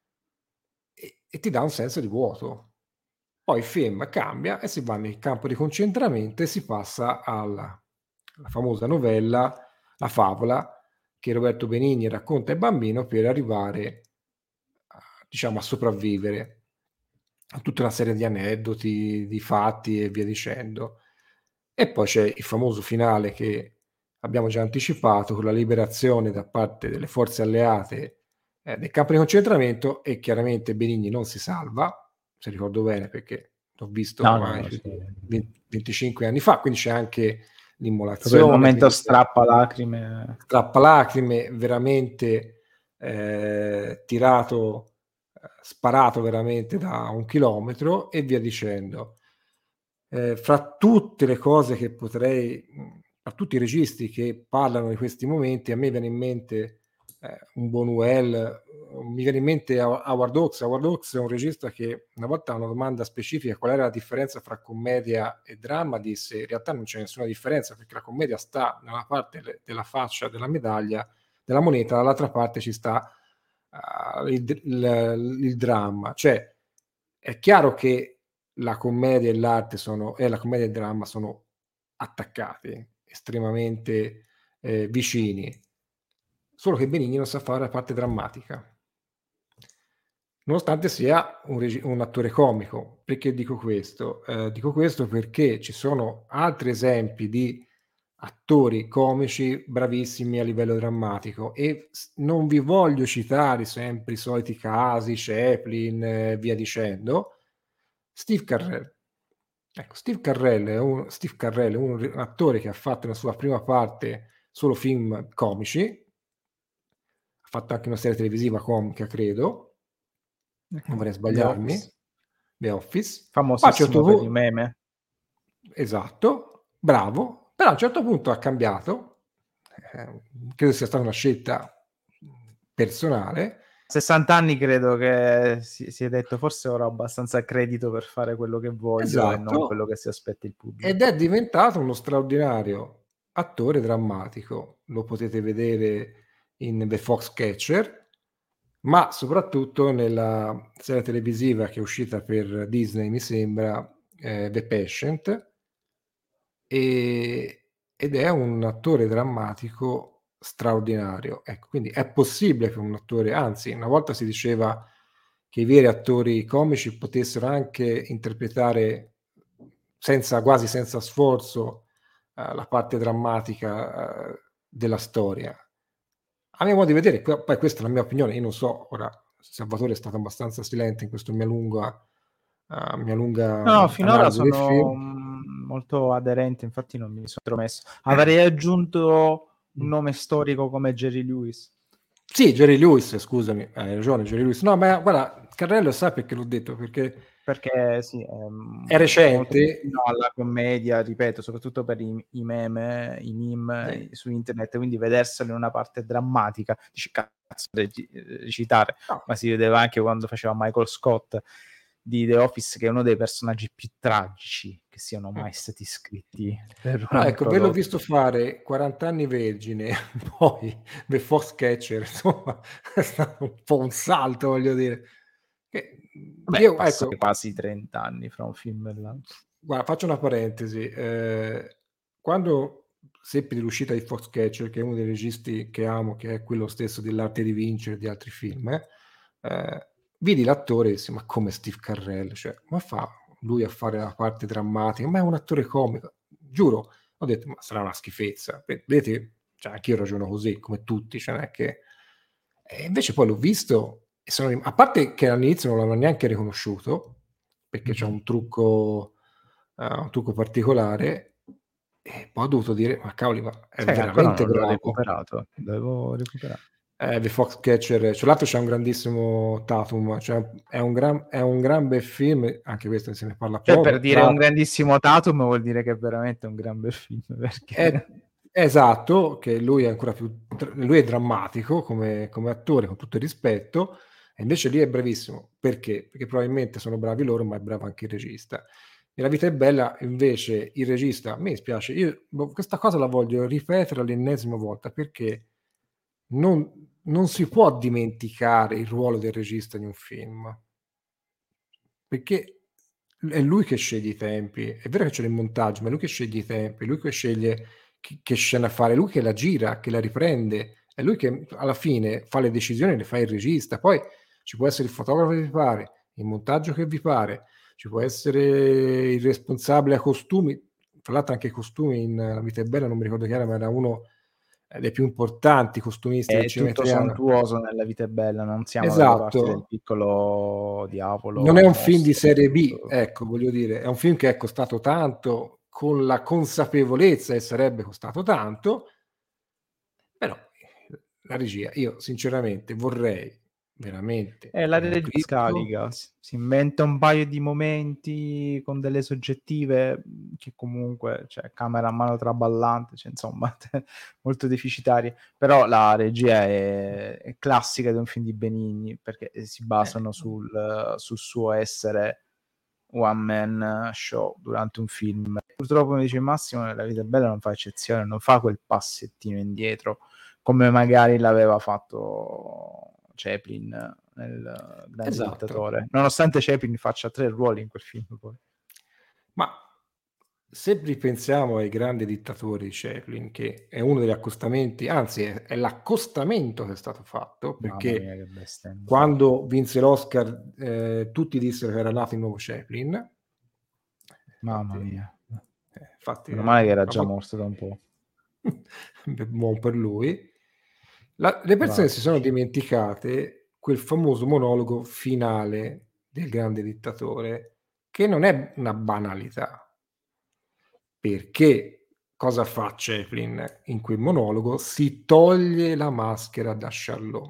e, e ti dà un senso di vuoto. Poi il film cambia e si va nel campo di concentramento e si passa alla, alla famosa novella, la favola, che Roberto Benigni racconta ai bambini per arrivare a, diciamo, a sopravvivere a tutta una serie di aneddoti, di fatti e via dicendo. E poi c'è il famoso finale che abbiamo già anticipato, con la liberazione da parte delle forze alleate eh, del campo di concentramento, e chiaramente Benigni non si salva, se ricordo bene, perché l'ho visto No, no, ormai no, sì. venti, venticinque anni fa, quindi c'è anche l'immolazione. Proprio il momento strappa lacrime. Strappa lacrime, veramente eh, tirato, eh, sparato veramente da un chilometro e via dicendo. Eh, fra tutte le cose che potrei, fra tutti i registi che parlano di questi momenti, a me viene in mente eh, un Buñuel, mi viene in mente Howard Hawks. Howard Hawks è un regista che una volta a una domanda specifica qual era la differenza fra commedia e dramma disse in realtà non c'è nessuna differenza, perché la commedia sta nella parte della faccia della medaglia, della moneta, dall'altra parte ci sta uh, il, il, il dramma. Cioè è chiaro che la commedia e l'arte sono, e la commedia e il dramma sono attaccati, estremamente eh, vicini, solo che Benigni non sa fare la parte drammatica, nonostante sia un, reg- un attore comico. Perché dico questo? Eh, dico questo perché ci sono altri esempi di attori comici bravissimi a livello drammatico, e non vi voglio citare sempre i soliti casi, Chaplin e eh, via dicendo. Steve Carell. Ecco, Steve Carell è un, Steve Carell è un, un attore che ha fatto nella sua prima parte solo film comici, ha fatto anche una serie televisiva comica, credo, non vorrei The sbagliarmi, Office. The Office. Poi a un certo Famosissimo per i punto, meme. esatto, bravo, però a un certo punto ha cambiato, eh, credo sia stata una scelta personale. sessanta anni credo che si, si è detto forse ora ho abbastanza credito per fare quello che voglio e non quello Esatto, che si aspetta il pubblico. ed è diventato uno straordinario attore drammatico. Lo potete vedere in The Foxcatcher, ma soprattutto nella serie televisiva che è uscita per Disney, mi sembra, eh, The Patient, e, ed è un attore drammatico straordinario. Ecco, quindi è possibile che un attore, anzi, una volta si diceva che i veri attori comici potessero anche interpretare senza, quasi senza sforzo eh, la parte drammatica eh, della storia. A mio modo di vedere, poi questa è la mia opinione, io non so, ora Salvatore è stato abbastanza silente in questa mia lunga, uh, mia lunga No, finora analisi del sono film. mh, molto aderente, infatti non mi sono intromesso. Avrei aggiunto un nome storico come Jerry Lewis. Sì, Jerry Lewis, scusami, hai ragione, Jerry Lewis. No, ma guarda, Carrello sa perché l'ho detto, perché perché sì, è, è molto recente. vicino alla commedia, ripeto, soprattutto per i, i meme, i meme Sì. su internet, quindi vederselo in una parte drammatica, dici cazzo, recitare, No. ma si vedeva anche quando faceva Michael Scott di The Office, che è uno dei personaggi più tragici che siano mai stati scritti per No, un ecco, ve l'ho prodotto. visto fare quaranta anni vergine, poi The Foxcatcher, insomma, è stato un po' un salto, voglio dire. Che, Beh, io, passano ecco, quasi trenta anni fra un film e l'altro. guarda, faccio una parentesi. Eh, quando seppi dell'uscita di Foxcatcher, che è uno dei registi che amo, che è quello stesso dell'Arte di vincere e di altri film, eh, eh, vidi l'attore e dissi, ma come Steve Carell? Cioè, ma fa lui a fare la parte drammatica? Ma è un attore comico. Giuro, ho detto, ma sarà una schifezza. Vedete, cioè, anch'io ragiono così, come tutti, cioè non è che... E invece poi l'ho visto, e sono rim- a parte che all'inizio non l'avevo neanche riconosciuto, perché c'è Mhm. un trucco, eh, un trucco particolare, e poi ho dovuto dire, ma cavoli, ma è Sai che ancora veramente non l'ho bravo. recuperato, devo recuperare. Eh, The Foxcatcher, tra l'altro c'è un grandissimo Tatum, cioè è un gran, è un gran bel film, anche questo se ne parla Cioè, per poco. dire Tra, un grandissimo Tatum vuol dire che è veramente un gran bel film, è, perché... è esatto, che lui è ancora più, lui è drammatico come, come attore, con tutto il rispetto, e invece lì è bravissimo. Perché? Perché probabilmente sono bravi loro, ma è bravo anche il regista. E La vita è bella, invece, il regista, a me dispiace, io boh, questa cosa la voglio ripetere all'ennesima volta, perché non, non si può dimenticare il ruolo del regista di un film, perché è lui che sceglie i tempi. È vero che c'è il montaggio, ma è lui che sceglie i tempi, è lui che sceglie che, che scena fare, è lui che la gira, che la riprende, è lui che alla fine fa le decisioni, le fa il regista. Poi ci può essere il fotografo che vi pare, il montaggio che vi pare, ci può essere il responsabile a costumi. Tra l'altro anche i costumi in La vita è bella, non mi ricordo chi era, ma era uno dei più importanti costumisti del È cinema tutto italiano. sontuoso nella vita è bella, non siamo dalla parte del Esatto, piccolo diavolo non o è un film di mostro. serie B, Tutto- ecco, voglio dire, è un film che è costato tanto con la consapevolezza che sarebbe costato tanto, però eh, la regia, io sinceramente vorrei veramente Eh, la un regia critico. scalica, si si inventa un paio di momenti con delle soggettive mh, che comunque, cioè, camera a mano traballante, cioè, insomma, molto deficitarie. Però la regia è, è classica di un film di Benigni, perché si eh, basano sul, sul suo essere one man show durante un film. Purtroppo, mi dice Massimo, nella vita è bella non fa eccezione, non fa quel passettino indietro come magari l'aveva fatto Chaplin nel Grande esatto, Dittatore, nonostante Chaplin faccia tre ruoli in quel film poi. ma se ripensiamo ai grandi dittatori di Chaplin, che è uno degli accostamenti, anzi è, è l'accostamento che è stato fatto, Mamma mia, perché che bestemmia. quando vinse l'Oscar eh, tutti dissero che era nato il nuovo Chaplin. Mamma Infatti, mia. eh, infatti Meno male che eh, era ma già poi- morto da un po'. buon per lui. La- le persone si sono Poveraccio. dimenticate quel famoso monologo finale del grande dittatore, che non è una banalità, perché cosa fa Chaplin in quel monologo? Si toglie la maschera da Charlot,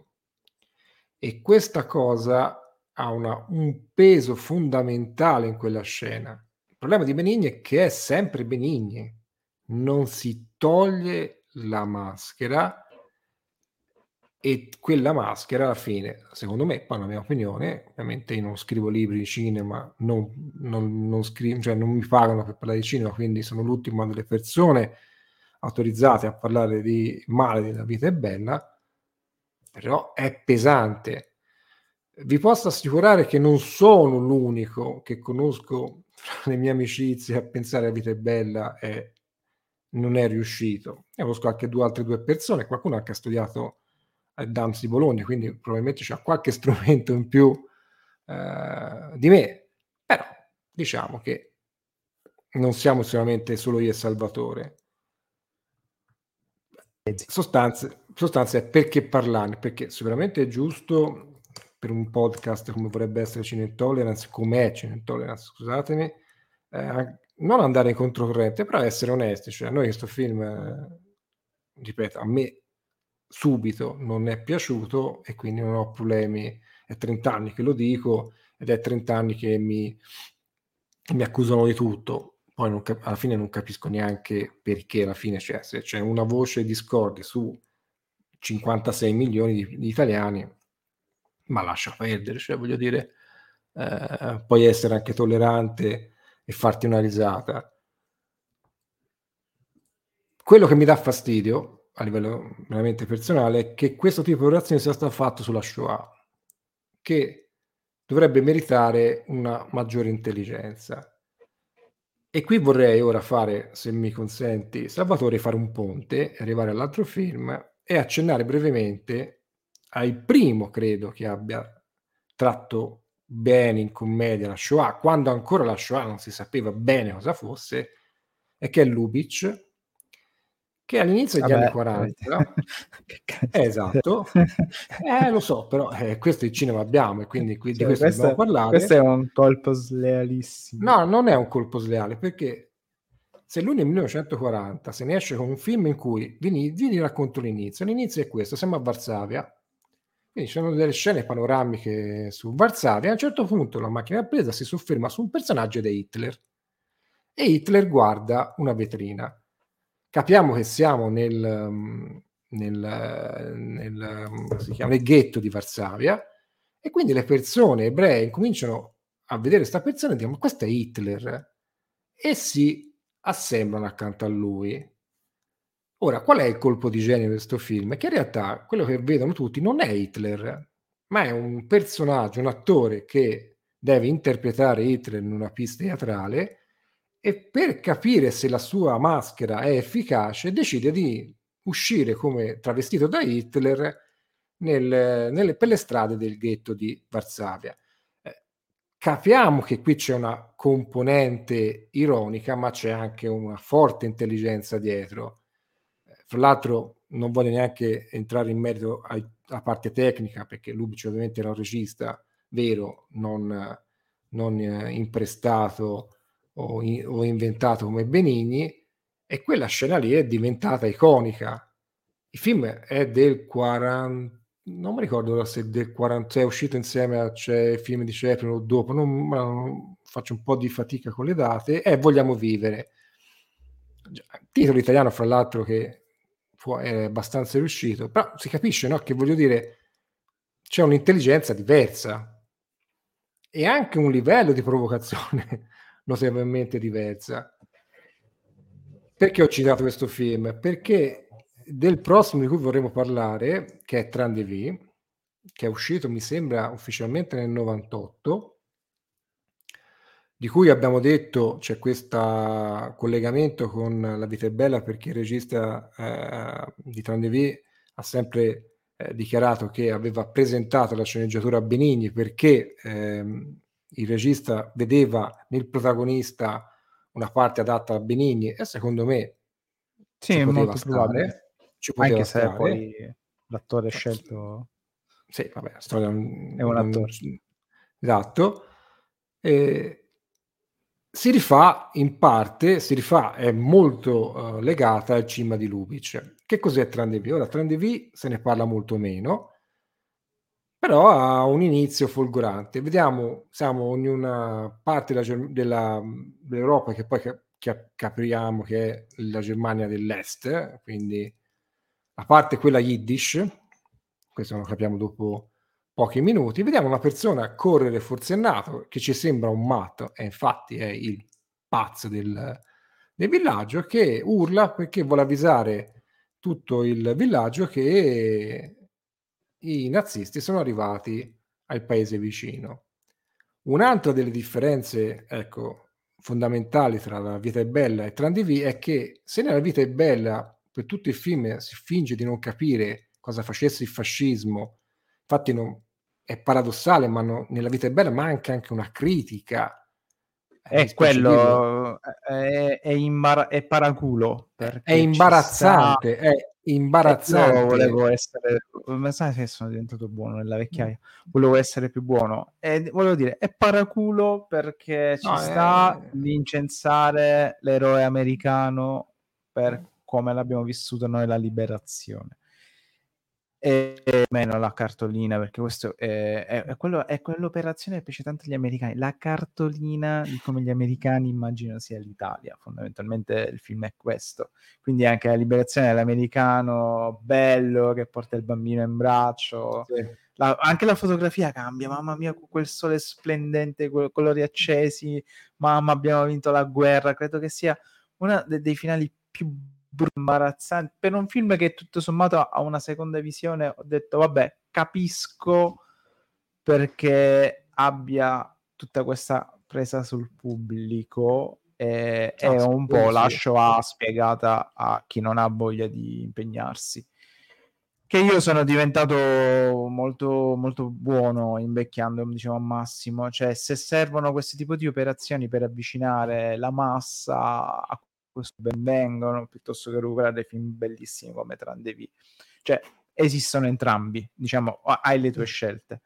e questa cosa ha una- un peso fondamentale in quella scena. Il problema di Benigni è che è sempre Benigni, non si toglie la maschera, e quella maschera alla fine, secondo me, poi è la mia opinione, ovviamente io non scrivo libri di cinema, non, non, non, scrivo, cioè non mi pagano per parlare di cinema, quindi sono l'ultima delle persone autorizzate a parlare di male della vita è bella, però è pesante. Vi posso assicurare che non sono l'unico che conosco fra le mie amicizie a pensare a vita è bella e non è riuscito. Ne conosco anche due altre due persone, qualcuno anche ha studiato al D A M S di Bologna, quindi probabilmente c'ha qualche strumento in più eh, di me, però diciamo che non siamo solamente solo io e Salvatore. Sostanze, sostanze è perché parlarne, perché sicuramente è giusto per un podcast come vorrebbe essere Cineintolerance, com'è Cineintolerance, scusatemi, eh, non andare in controcorrente, però essere onesti, cioè a noi questo film, eh, ripeto, a me subito non è piaciuto e quindi non ho problemi, è trenta anni che lo dico ed è trenta anni che mi, mi accusano di tutto, poi non cap- alla fine non capisco neanche perché alla fine c'è, se c'è una voce discordia su cinquantasei milioni di, di italiani, ma lascia perdere, cioè voglio dire, eh, puoi essere anche tollerante e farti una risata. Quello che mi dà fastidio a livello veramente personale è che questo tipo di reazione sia stato fatto sulla Shoah, che dovrebbe meritare una maggiore intelligenza. E qui vorrei ora fare, se mi consenti, Salvatore, fare un ponte, arrivare all'altro film e accennare brevemente al primo, credo, che abbia tratto bene in commedia la Shoah, quando ancora la Shoah non si sapeva bene cosa fosse, e che è Lubitsch, che all'inizio degli anni Vabbè, quaranta, che cazzo. eh, esatto, eh, lo so, però eh, questo il cinema abbiamo e quindi qui, di Cioè, questo dobbiamo questo, parlare. questo è un colpo slealissimo. No, non è un colpo sleale, perché se lui nel millenovecentoquaranta se ne esce con un film in cui vi, vi racconto l'inizio, l'inizio è questo, siamo a Varsavia, quindi ci sono delle scene panoramiche su Varsavia, a un certo punto la macchina presa si sofferma su un personaggio di Hitler e Hitler guarda una vetrina. Capiamo che siamo nel, nel, nel, come si chiama, nel ghetto di Varsavia e quindi le persone ebree cominciano a vedere questa persona e dicono ma questo è Hitler e si assemblano accanto a lui. Ora, qual è il colpo di genio di questo film? È che in realtà quello che vedono tutti non è Hitler, ma è un personaggio, un attore che deve interpretare Hitler in una pista teatrale e per capire se la sua maschera è efficace decide di uscire come travestito da Hitler nel, nelle, per le strade del ghetto di Varsavia. Eh, capiamo che qui c'è una componente ironica, ma c'è anche una forte intelligenza dietro. Fra l'altro non voglio neanche entrare in merito alla parte tecnica, perché Lubitsch ovviamente era un regista vero, non, non eh, imprestato o, in, o inventato come Benigni, e quella scena lì è diventata iconica. Il film è del quaranta, non mi ricordo se è del quaranta, se è uscito insieme a c'è il film di Chaplin o dopo, non, non, faccio un po' di fatica con le date, è Vogliamo vivere. Titolo italiano, fra l'altro, che è abbastanza riuscito, però si capisce, no? Che voglio dire, c'è un'intelligenza diversa e anche un livello di provocazione notevolmente diversa. Perché ho citato questo film? Perché del prossimo di cui vorremmo parlare, che è Tran de Vie, che è uscito, mi sembra, ufficialmente nel novantotto, di cui abbiamo detto c'è questo collegamento con La vita è bella, perché il regista eh, di Tran de Vie ha sempre eh, dichiarato che aveva presentato la sceneggiatura a Benigni perché ehm, il regista vedeva nel protagonista una parte adatta a Benigni e secondo me Sì, ci è poteva molto probabile. stare, ci poteva Anche se stare. poi l'attore scelto Sì, vabbè, la storia non, è un non, attore. esatto. E si rifà in parte, si rifà, è molto uh, legata al cinema di Lubitsch. Che cos'è Tran de Vie? Ora, Tran de Vie se ne parla molto meno, però ha un inizio folgorante. Vediamo, siamo in una parte della, della, dell'Europa che poi cap- cap- capiamo che è la Germania dell'Est, quindi la parte quella Yiddish, questo lo capiamo dopo pochi minuti. Vediamo una persona correre forsennato che ci sembra un matto, e infatti è il pazzo del, del villaggio, che urla perché vuole avvisare tutto il villaggio che i nazisti sono arrivati al paese vicino. Un'altra delle differenze, ecco, fondamentali tra La vita è bella e Tran de Vie è che se nella vita è bella per tutto il film si finge di non capire cosa facesse il fascismo, infatti non, è paradossale, ma no, nella vita è bella manca anche una critica. È Mi spiace dirlo. quello, è, è, imbar- è paraculo È perché ci sta. imbarazzante, è E io imbarazzante. volevo essere, ma sai che sono diventato buono nella vecchiaia? Volevo essere più buono e volevo dire è paraculo perché ci No, sta è... l'incensare l'eroe americano per come l'abbiamo vissuto noi la liberazione e meno la cartolina, perché questo è, è, è, quello, è quell'operazione che piace tanto agli americani, la cartolina di come gli americani immaginano sia l'Italia. Fondamentalmente il film è questo, quindi anche la liberazione dell'americano bello che porta il bambino in braccio, Sì. la, anche la fotografia cambia, mamma mia, con quel sole splendente, quei colori accesi, mamma abbiamo vinto la guerra, credo che sia uno de- dei finali più imbarazzanti per un film che tutto sommato a una seconda visione ho detto vabbè, capisco perché abbia tutta questa presa sul pubblico e, Ah, e sì, un po' quello sì. lascio a spiegata a chi non ha voglia di impegnarsi. Che io sono diventato molto, molto buono invecchiando, diciamo, a Massimo. Cioè, se servono questi tipi di operazioni per avvicinare la massa a questo ben vengono, piuttosto che recuperare film bellissimi come Trandevi. Cioè, esistono entrambi, diciamo, hai le tue scelte.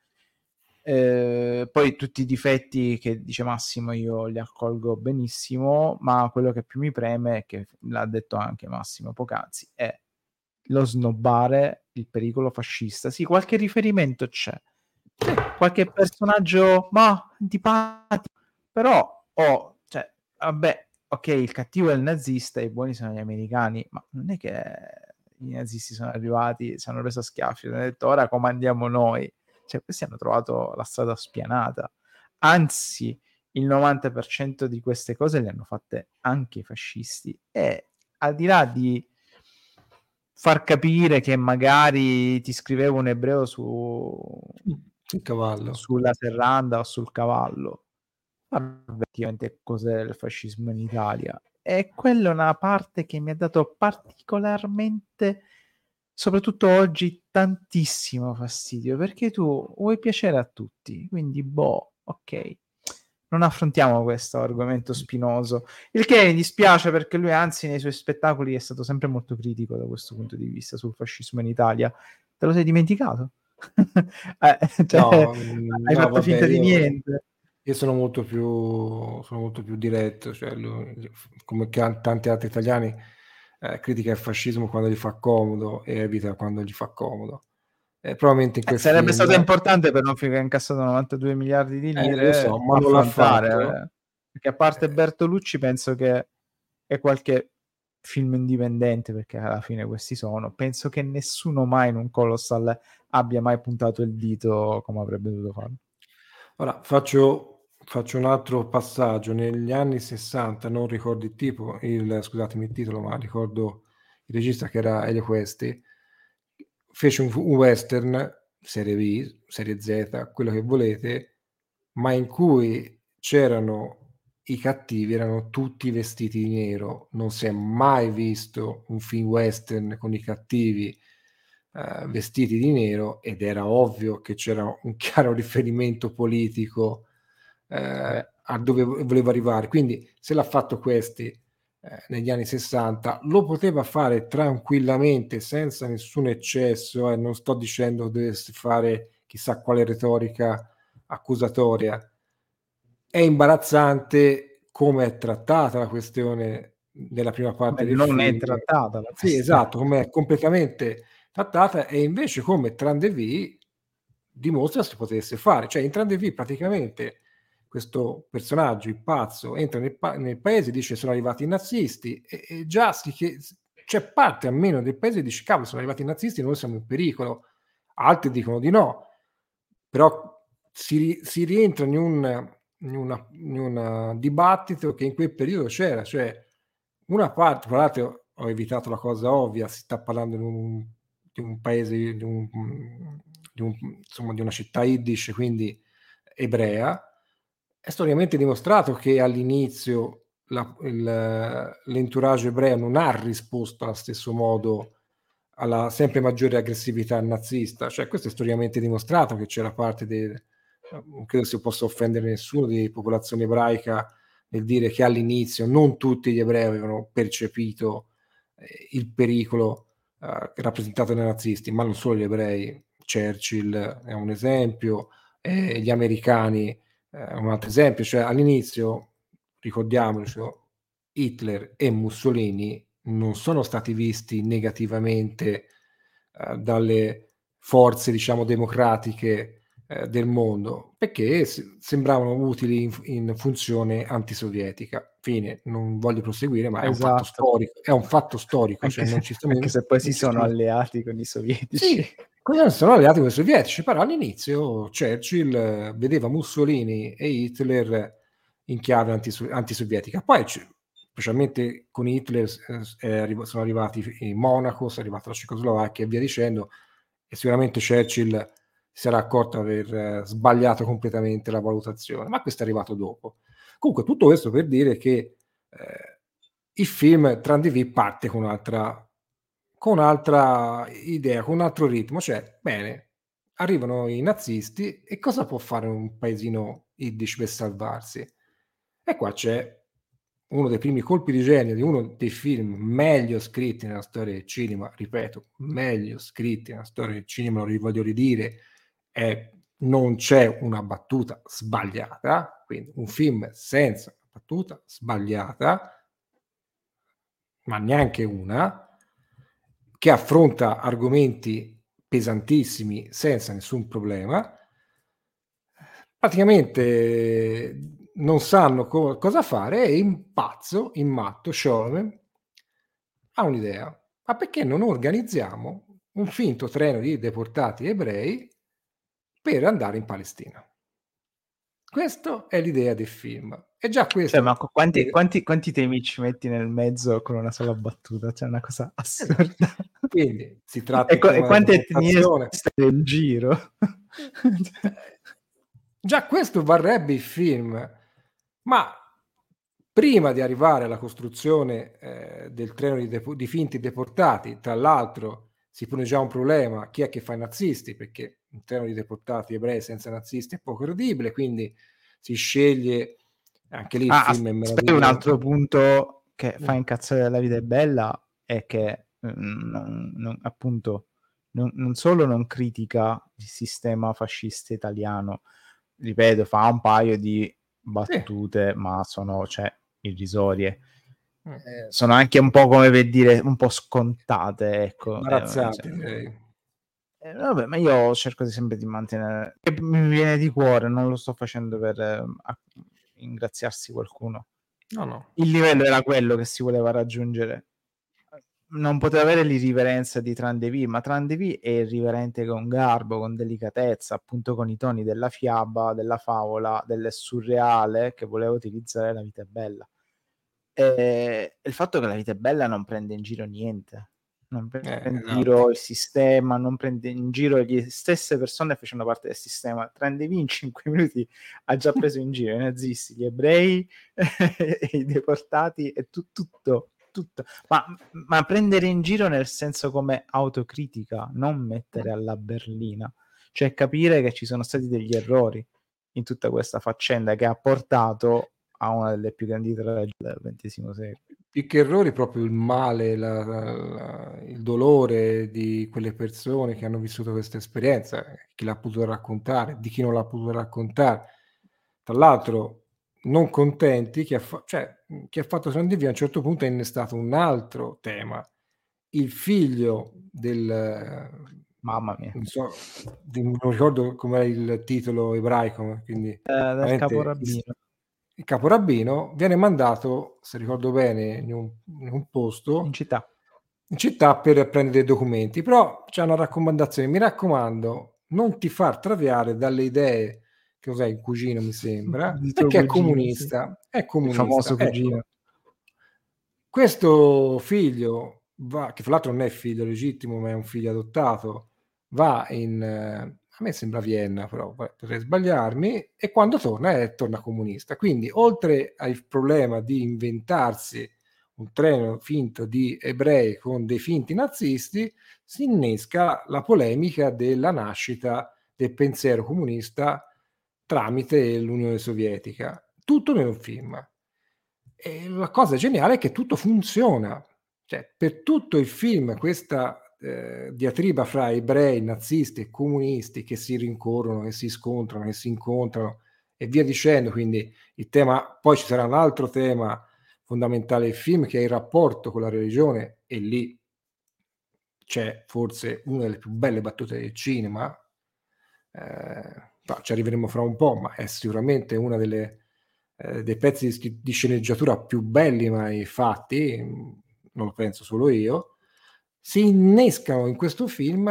Eh, poi tutti i difetti che dice Massimo io li accolgo benissimo, ma quello che più mi preme è che l'ha detto anche Massimo poc'anzi, è lo snobbare il pericolo fascista. Sì, qualche riferimento c'è, qualche personaggio ma antipatico, però oh, cioè, vabbè, ok, il cattivo è il nazista e i buoni sono gli americani, ma non è che i nazisti sono arrivati, si hanno preso a schiaffi, hanno detto ora comandiamo noi. Cioè, questi hanno trovato la strada spianata. Anzi, il novanta per cento di queste cose le hanno fatte anche i fascisti. E al di là di far capire che magari ti scrivevo un ebreo su il cavallo sulla serranda o sul cavallo, effettivamente cos'è il fascismo in Italia. E quella è una parte che mi ha dato particolarmente, soprattutto oggi, tantissimo fastidio, perché tu vuoi piacere a tutti, quindi boh, ok, non affrontiamo questo argomento spinoso, il che mi dispiace perché lui anzi nei suoi spettacoli è stato sempre molto critico da questo punto di vista sul fascismo in Italia. Te lo sei dimenticato? eh, cioè, no, hai no fatto vabbè, finta di io, niente. io sono molto più sono molto più diretto, cioè lui, come ca- tanti altri italiani, eh, critica il fascismo quando gli fa comodo e evita quando gli fa comodo. Eh, probabilmente in Eh, quel sarebbe film, stato importante per un film che ha incassato novantadue miliardi di eh, lo so, lire ma non l'ha fatto. affrontare, eh. Perché a parte Eh, Bertolucci penso che è qualche film indipendente, perché alla fine questi sono, penso che nessuno mai in un Colossal abbia mai puntato il dito come avrebbe dovuto fare. Ora faccio, faccio un altro passaggio. Negli anni sessanta, non ricordo il tipo, il, scusatemi il titolo, ma ricordo il regista che era Elio Questi, fece un, un western, serie B, serie Z, quello che volete, ma in cui c'erano i cattivi, erano tutti vestiti di nero. Non si è mai visto un film western con i cattivi eh, vestiti di nero, ed era ovvio che c'era un chiaro riferimento politico eh, Beh, a dove voleva arrivare. Quindi se l'ha fatto Questi eh, negli anni sessanta, lo poteva fare tranquillamente senza nessun eccesso, e eh, non sto dicendo che dovesse fare chissà quale retorica accusatoria. È imbarazzante come è trattata la questione nella prima come parte del non è film. trattata la Sì, questione. esatto, come è completamente trattata, e invece come Trandevi dimostra si potesse fare. Cioè in Trandevi praticamente questo personaggio, il pazzo, entra nel, pa- nel paese, dice sono arrivati i nazisti, e, e già si che c'è parte almeno del paese che dice cavolo sono arrivati i nazisti, noi siamo in pericolo. Altri dicono di no, però si, si rientra in un, in, una, in un dibattito che in quel periodo c'era, cioè una parte, tra l'altro ho evitato la cosa ovvia, si sta parlando di un, di un paese, di, un, di, un, insomma, di una città yiddish, quindi ebrea. È storicamente dimostrato che all'inizio la, il, l'entourage ebreo non ha risposto allo stesso modo alla sempre maggiore aggressività nazista. Cioè questo è storicamente dimostrato, che c'era parte del, non credo si possa offendere nessuno di popolazione ebraica nel dire che all'inizio non tutti gli ebrei avevano percepito eh, il pericolo eh, rappresentato dai nazisti, ma non solo gli ebrei. Churchill è un esempio, eh, gli americani eh, è un altro esempio. Cioè all'inizio, ricordiamoci, Hitler e Mussolini non sono stati visti negativamente eh, dalle forze, diciamo, democratiche eh, del mondo, perché s- sembravano utili in, in funzione antisovietica. Fine, non voglio proseguire, ma è un fatto Esatto. storico, è un fatto storico, cioè Anche non se, ci stiamo, anche se poi non si ci sono stiamo... alleati con i sovietici. Sì, Cosa sono alleati con i sovietici, però all'inizio Churchill vedeva Mussolini e Hitler in chiave antis- antisovietica. Poi, specialmente con Hitler, eh, sono arrivati in Monaco, è arrivata la Cecoslovacchia e via dicendo, e sicuramente Churchill si era accorto di aver sbagliato completamente la valutazione, ma questo è arrivato dopo. Comunque, tutto questo per dire che eh, il film Tran D V parte con un'altra con un'altra idea, con un altro ritmo, cioè, bene, arrivano i nazisti e cosa può fare un paesino Yiddish per salvarsi? E qua c'è uno dei primi colpi di genio di uno dei film meglio scritti nella storia del cinema, ripeto, meglio scritti nella storia del cinema, lo voglio ridire, è non c'è una battuta sbagliata, quindi un film senza battuta sbagliata, ma neanche una, che affronta argomenti pesantissimi senza nessun problema. Praticamente non sanno co- cosa fare e in pazzo, in matto, Scholem ha un'idea. Ma perché non organizziamo un finto treno di deportati ebrei per andare in Palestina? Questa è l'idea del film. E già questo... Cioè, ma quanti, quanti, quanti temi ci metti nel mezzo con una sola battuta? Cioè, è una cosa assurda. Esatto. Quindi si tratta e, di co- tema e quante etnie deportazione. stai in giro? Già questo varrebbe il film, ma prima di arrivare alla costruzione eh, del treno di, depo- di finti deportati, tra l'altro si pone già un problema, chi è che fa i nazisti, perché un treno di deportati ebrei senza nazisti è poco credibile, quindi si sceglie, anche lì il ah, film è aspetta, un altro meraviglioso. punto che fa incazzare La vita è bella è che mm, non, non, appunto non, non solo non critica il sistema fascista italiano, ripeto, fa un paio di battute, sì, ma sono, cioè, irrisorie. Eh, sono anche un po', come per dire, un po' scontate, ecco. Imbarazzate, Eh, direi. Eh, vabbè, ma io cerco di sempre di mantenere, che mi viene di cuore, non lo sto facendo per eh, ingraziarsi qualcuno. No, no. Il livello era quello che si voleva raggiungere. Non poteva avere l'irriverenza di Tran D V, ma Tran D V è irriverente con garbo, con delicatezza, appunto con i toni della fiaba, della favola, del surreale che voleva utilizzare La vita è bella. E il fatto che La vita è bella non prende in giro niente, non prende Eh, in esatto. giro il sistema, non prende in giro le stesse persone che facevano parte del sistema. Tran D V in cinque minuti ha già preso in giro i nazisti, gli ebrei, i deportati e tu, tutto, tutto. Ma, ma prendere in giro nel senso come autocritica, non mettere alla berlina, cioè capire che ci sono stati degli errori in tutta questa faccenda che ha portato a una delle più grandi tragedie del ventesimo secolo. Più che errori, proprio il male, la, la, il dolore di quelle persone che hanno vissuto questa esperienza, chi l'ha potuto raccontare, di chi non l'ha potuto raccontare. Tra l'altro, non contenti, chi ha, fa- cioè, chi ha fatto Tran D V a un certo punto ha innestato un altro tema. Il figlio del... Mamma mia. Non so, non ricordo com'è il titolo ebraico, quindi... Eh, del caporabbino. Il caporabbino viene mandato, se ricordo bene, in un, in un posto in città. in città per prendere dei documenti, però c'è una raccomandazione, mi raccomando, non ti far traviare dalle idee, che cos'è il cugino mi sembra, perché è cugino, comunista, sì. è comunista. Il famoso ecco. cugino. Questo figlio, va, che fra l'altro non è figlio legittimo, ma è un figlio adottato, va in... a me sembra Vienna, però potrei sbagliarmi, e quando torna è torna comunista. Quindi, oltre al problema di inventarsi un treno finto di ebrei con dei finti nazisti, si innesca la polemica della nascita del pensiero comunista tramite l'Unione Sovietica. Tutto in un film. E la cosa geniale è che tutto funziona. Cioè, per tutto il film questa eh, diatriba fra ebrei, nazisti e comunisti che si rincorrono, che si scontrano, che si incontrano e via dicendo. Quindi il tema, poi ci sarà un altro tema fondamentale del film che è il rapporto con la religione, e lì c'è forse una delle più belle battute del cinema. Eh, ci arriveremo fra un po', ma è sicuramente una delle eh, dei pezzi di, di sceneggiatura più belli mai fatti, non lo penso solo io. Si innescano in questo film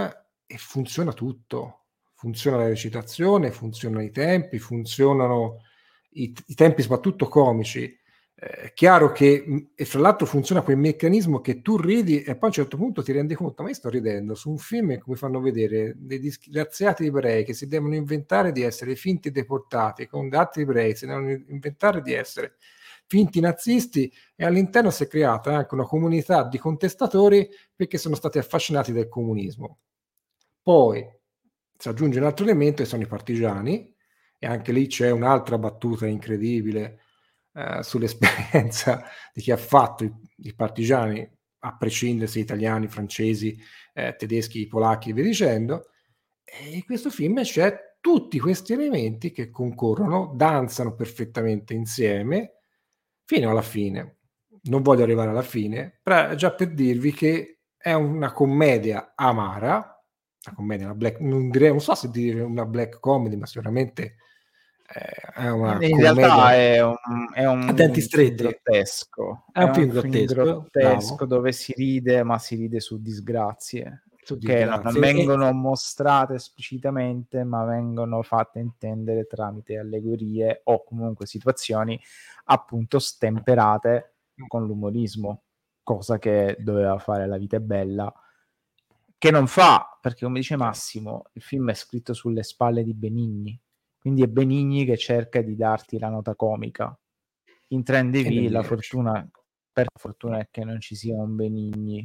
e funziona tutto. Funziona la recitazione, funzionano i tempi, funzionano i, i tempi soprattutto comici. È chiaro che, e fra l'altro funziona quel meccanismo che tu ridi e poi a un certo punto ti rendi conto, ma io sto ridendo su un film in cui fanno vedere dei disgraziati ebrei che si devono inventare di essere finti deportati, con altri ebrei si devono inventare di essere finti nazisti, e all'interno si è creata anche una comunità di contestatori perché sono stati affascinati dal comunismo. Poi si aggiunge un altro elemento, che sono i partigiani, e anche lì c'è un'altra battuta incredibile eh, sull'esperienza di chi ha fatto i, i partigiani, a prescindere se italiani, francesi, eh, tedeschi, polacchi e via dicendo. E in questo film c'è tutti questi elementi che concorrono, danzano perfettamente insieme fino alla fine. Non voglio arrivare alla fine, però già per dirvi che è una commedia amara, una commedia, una black, non, direi, non so se dire una black comedy, ma sicuramente eh, è una In commedia realtà è un, è a denti un film stretti. grottesco, È è un un film film grottesco, grottesco bravo, dove si ride, ma si ride su disgrazie su che non disgrazie. E, vengono mostrate esplicitamente, ma vengono fatte intendere tramite allegorie o comunque situazioni appunto stemperate con l'umorismo, cosa che doveva fare La vita è bella, che non fa, perché come dice Massimo, il film è scritto sulle spalle di Benigni, quindi è Benigni che cerca di darti la nota comica. In Train e non D V gli la riesce. fortuna, per fortuna, è che non ci sia un Benigni,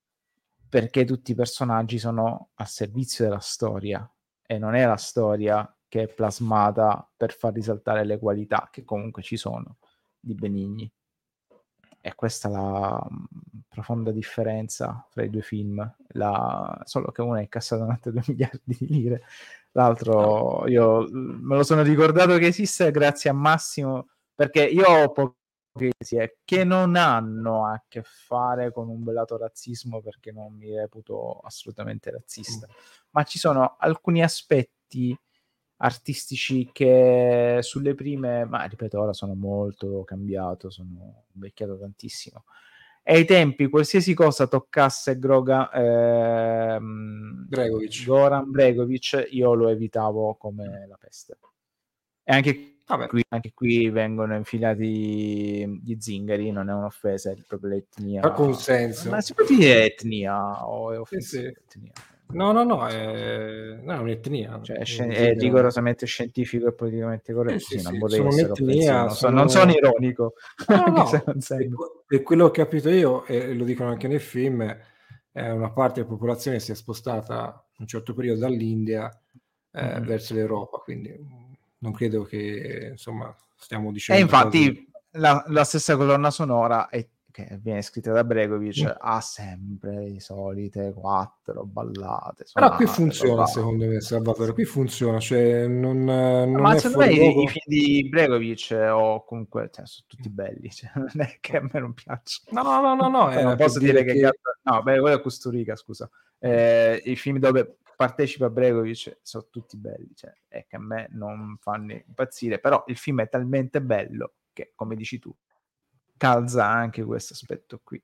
perché tutti i personaggi sono a servizio della storia e non è la storia che è plasmata per far risaltare le qualità che comunque ci sono di Benigni. E questa è la mh, profonda differenza fra i due film, la... solo che uno è incassato novantadue miliardi di lire, l'altro io l- me lo sono ricordato che esiste grazie a Massimo, perché io ho poche idee che non hanno a che fare con un velato razzismo, perché non mi reputo assolutamente razzista, ma ci sono alcuni aspetti artistici che sulle prime, ma ripeto, ora sono molto cambiato, sono invecchiato tantissimo. E ai tempi qualsiasi cosa toccasse Groga, ehm, Bregovic. Goran Bregovic, io lo evitavo come la peste. E anche Vabbè, qui, anche qui vengono infilati gli zingari, non è un'offesa, è proprio l'etnia. ha Ma consenso. si può dire etnia o è Sì, sì. offensiva etnia? No, no, no, è, no, è un'etnia. Cioè, è, scien- Eh, è zingaro. rigorosamente scientifico e politicamente Sì, corretto. sì, Sì, non sì, vorrei sono essere offensivo, un'etnia, non, so- non sono sono... ironico, No, no, anche se no, non per, sembra. per quello che ho capito io, e lo dicono anche nel film, è una parte della popolazione si è spostata un certo periodo dall'India eh, Mm-mm. verso l'Europa, quindi mm, non credo che, insomma, stiamo E dicendo cose... infatti la, la stessa colonna sonora è- che viene scritta da Bregovic ha sempre le solite quattro ballate Però qui suonate, funziona, papà. secondo me, Salvatore, qui funziona, cioè non, non Ma è secondo fuori me i, i luogo. film di Bregovic eh, o comunque cioè, sono tutti belli, cioè, non è che a me non piacciono. No, no, no, no, no, Poi non era per posso dire dire che che... Gatta... No, beh, quello è Kusturica, scusa. Eh, I film dove partecipa Bregovic sono tutti belli, cioè, è che a me non fanno impazzire, però il film è talmente bello che, come dici tu, calza anche questo aspetto qui.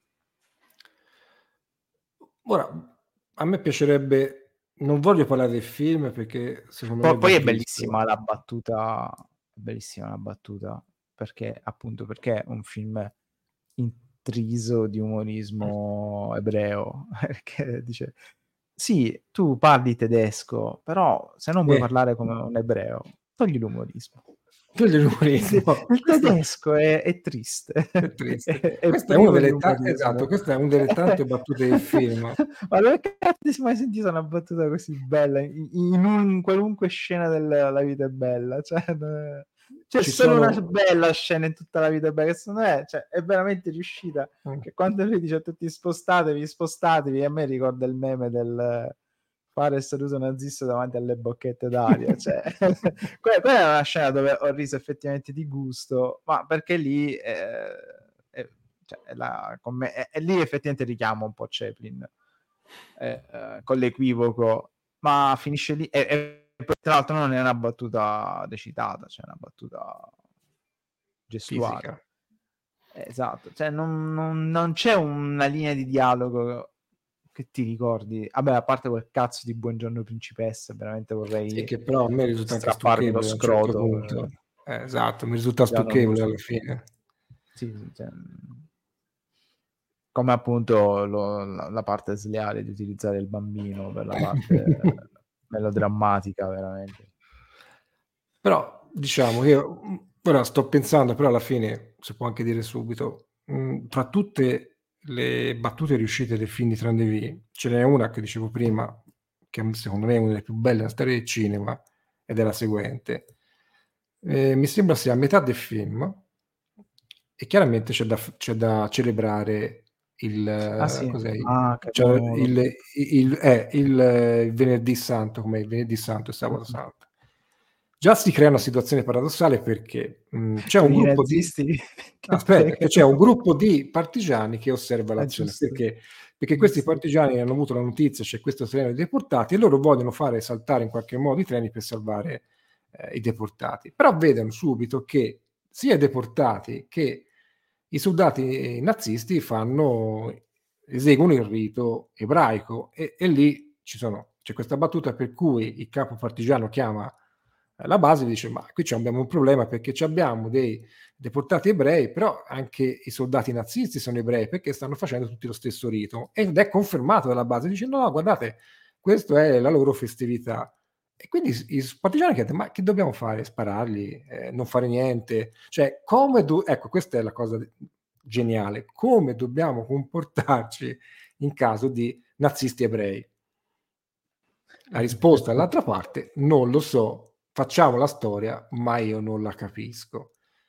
Ora, a me piacerebbe, non voglio parlare del film perché secondo me Poi, va poi è visto. bellissima la battuta, è bellissima la battuta, perché appunto perché è un film intriso di umorismo ebreo, perché dice sì, tu parli tedesco, però se non vuoi Eh, parlare come un ebreo, togli l'umorismo. voglio Il, l'umorismo. il Questo tedesco è, è triste, è triste. è, è Questa è una privo di delle, ta- esatto, umorismo. questa è una delle tante battute del film. Ma dove cazzo si è mai sentita una battuta così bella in, in un qualunque scena della vita è bella? Cioè, eh, c'è Ci solo una sono... bella scena in tutta la vita è bella, che secondo me cioè, è veramente riuscita. Che quando lui dice a tutti spostatevi, spostatevi, a me ricorda il meme del fare il saluto nazista davanti alle bocchette d'aria. Cioè, quella, quella è una scena dove ho riso effettivamente di gusto, ma perché lì eh, è, cioè, è la, come, è, è lì effettivamente richiama un po' Chaplin eh, eh, con l'equivoco, ma finisce lì e, e tra l'altro non è una battuta decitata, cioè una battuta gestuale. Fisica. Esatto, cioè non, non, non c'è una linea di dialogo che ti ricordi? Vabbè, a parte quel cazzo di Buongiorno Principessa, veramente vorrei Sì, che però a me risulta anche strapparmi lo stucchevole a un certo scroto. punto. Eh, esatto, mi risulta Già non stucchevole uso. alla fine. Sì, sì, cioè, come appunto lo, la, la parte sleale di utilizzare il bambino per la parte melodrammatica, veramente. Però diciamo che io ora sto pensando, però alla fine si può anche dire subito, mh, tra tutte le battute riuscite del film di Trandevi, ce n'è una che dicevo prima, che secondo me è una delle più belle nella storia del cinema, ed è la seguente. Eh, mi sembra sia a metà del film e chiaramente c'è da, c'è da celebrare il, Ah sì, cos'è, ah, che cioè buono. il, il, eh, il, il venerdì santo, come il venerdì santo e sabato santo. Già si crea una situazione paradossale perché mh, c'è Per un i gruppo di nazisti che aspetta, che c'è un fregano. gruppo di partigiani che osserva Ah, l'azione. giusto, Perché? Perché questi giusto. partigiani hanno avuto la notizia, c'è questo treno di deportati e loro vogliono fare saltare in qualche modo i treni per salvare eh, i deportati. Però vedono subito che sia i deportati che i soldati nazisti fanno, eseguono il rito ebraico e, e lì ci sono, c'è questa battuta per cui il capo partigiano chiama eh, la base e dice ma qui abbiamo un problema perché abbiamo dei deportati ebrei, però anche i soldati nazisti sono ebrei perché stanno facendo tutti lo stesso rito ed è confermato dalla base dicendo no guardate questa è la loro festività. E quindi i partigiani chiedono ma che dobbiamo fare? Spararli? Eh, non fare niente? Cioè come do- ecco questa è la cosa geniale, come dobbiamo comportarci in caso di nazisti ebrei? La risposta dall'altra parte non lo so, facciamo la storia ma io non la capisco.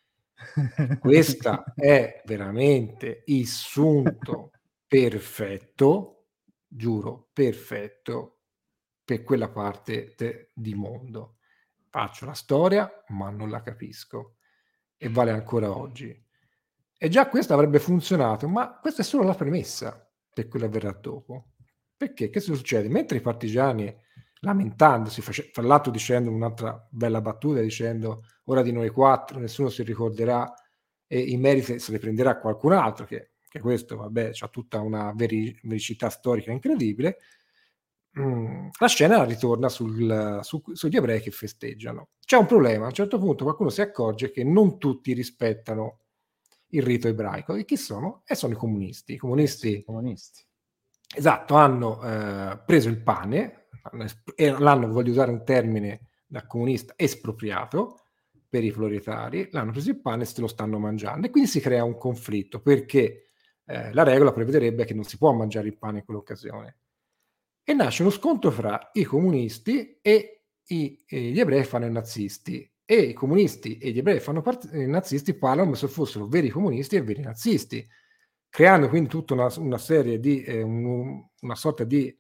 Questa è veramente il sunto perfetto, giuro, perfetto per quella parte de- di mondo. Faccio la storia, ma non la capisco. E vale ancora oggi. E già questo avrebbe funzionato, ma questa è solo la premessa per quello che avverrà dopo. Perché? Che succede? Mentre i partigiani, lamentandosi, face- fra l'altro dicendo un'altra bella battuta, dicendo ora di noi quattro nessuno si ricorderà e i meriti se li prenderà qualcun altro, che, che questo, vabbè, ha tutta una veri- vericità storica incredibile. Mm, la scena ritorna sul, su, sugli ebrei che festeggiano. C'è un problema, a un certo punto qualcuno si accorge che non tutti rispettano il rito ebraico. E chi sono? E sono i comunisti. I comunisti, eh, comunisti. esatto, hanno eh, preso il pane, hanno, e l'hanno, voglio usare un termine da comunista, espropriato per i proletari, l'hanno preso il pane e se lo stanno mangiando. E quindi si crea un conflitto, perché eh, la regola prevederebbe che non si può mangiare il pane in quell'occasione. E nasce uno scontro fra i comunisti e, i, e gli ebrei fanno i nazisti. E i comunisti e gli ebrei fanno part- i nazisti parlano come se fossero veri comunisti e veri nazisti, creando quindi tutta una, una serie di, eh, un, una sorta di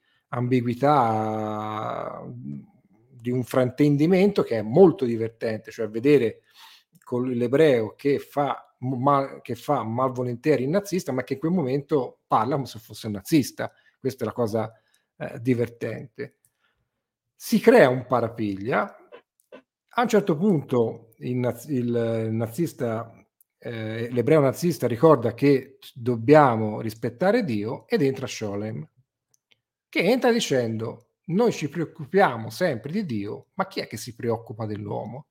ambiguità, di un fraintendimento che è molto divertente, cioè vedere con l'ebreo che fa, mal, che fa malvolentieri il nazista, ma che in quel momento parla come se fosse un nazista. Questa è la cosa eh, divertente. Si crea un parapiglia. A un certo punto il, naz- il nazista, eh, l'ebreo nazista ricorda che dobbiamo rispettare Dio ed entra Scholem, che entra dicendo noi ci preoccupiamo sempre di Dio, ma chi è che si preoccupa dell'uomo?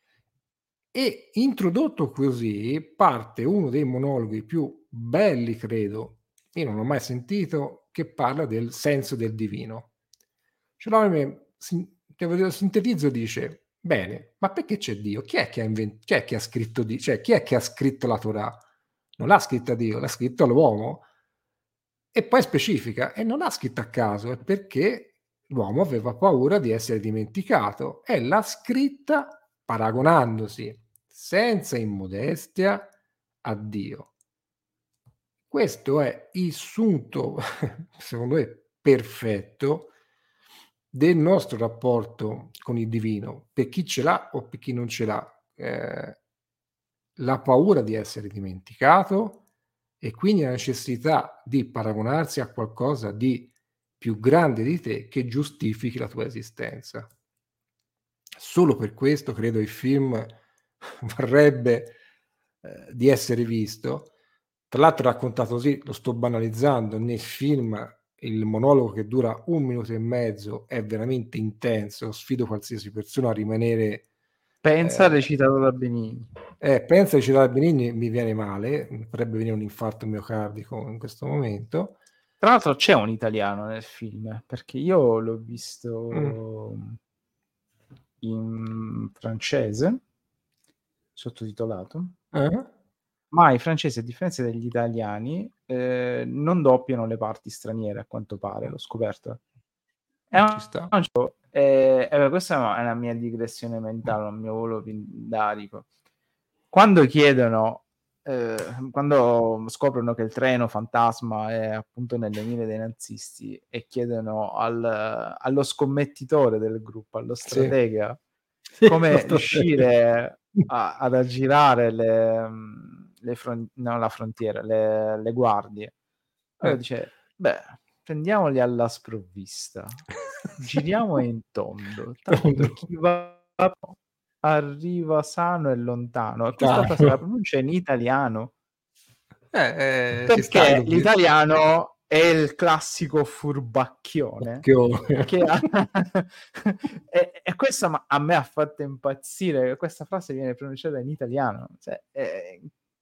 E introdotto così parte uno dei monologhi più belli, credo, io non ho mai sentito, che parla del senso del divino. Scholem, sintetizzo, dice bene, ma perché c'è Dio? Chi è che ha, invent- chi è che ha scritto Dio? Cioè, chi è che ha scritto la Torah? Non l'ha scritta Dio, l'ha scritta l'uomo. E poi specifica, e non l'ha scritta a caso, è perché l'uomo aveva paura di essere dimenticato e l'ha scritta paragonandosi senza immodestia a Dio. Questo è il sunto, secondo me, perfetto del nostro rapporto con il divino, per chi ce l'ha o per chi non ce l'ha. Eh, la paura di essere dimenticato e quindi la necessità di paragonarsi a qualcosa di più grande di te che giustifichi la tua esistenza. Solo per questo credo il film varrebbe eh, di essere visto. Tra l'altro raccontato così, lo sto banalizzando, nel film il monologo che dura un minuto e mezzo è veramente intenso, sfido qualsiasi persona a rimanere... Pensa eh, recitato da Benigni. Eh, pensa di citare Benigni, mi viene male, mi potrebbe venire un infarto miocardico in questo momento. Tra l'altro c'è un italiano nel film, perché io l'ho visto Mm. in francese, sottotitolato, Eh? ma i francesi, a differenza degli italiani, eh, non doppiano le parti straniere, a quanto pare, l'ho scoperto. È Ci sta. un gioco, eh, eh, questa è una mia digressione mentale, un mio volo pindarico. Quando chiedono, eh, quando scoprono che il treno fantasma è appunto nelle mine dei nazisti e chiedono al, allo scommettitore del gruppo, allo stratega, sì. come Sì, riuscire a, ad aggirare le, le fron- no, la frontiera, le, le guardie, allora Eh. dice, beh, prendiamoli alla sprovvista, giriamo in tondo, tanto chi va arriva sano e lontano. E questa frase la pronuncia in italiano. Eh, eh, ci sta, Perché l'italiano è il classico furbacchione. Che ha... e, e questo ma- a me ha fatto impazzire, che questa frase viene pronunciata in italiano. Cioè, è...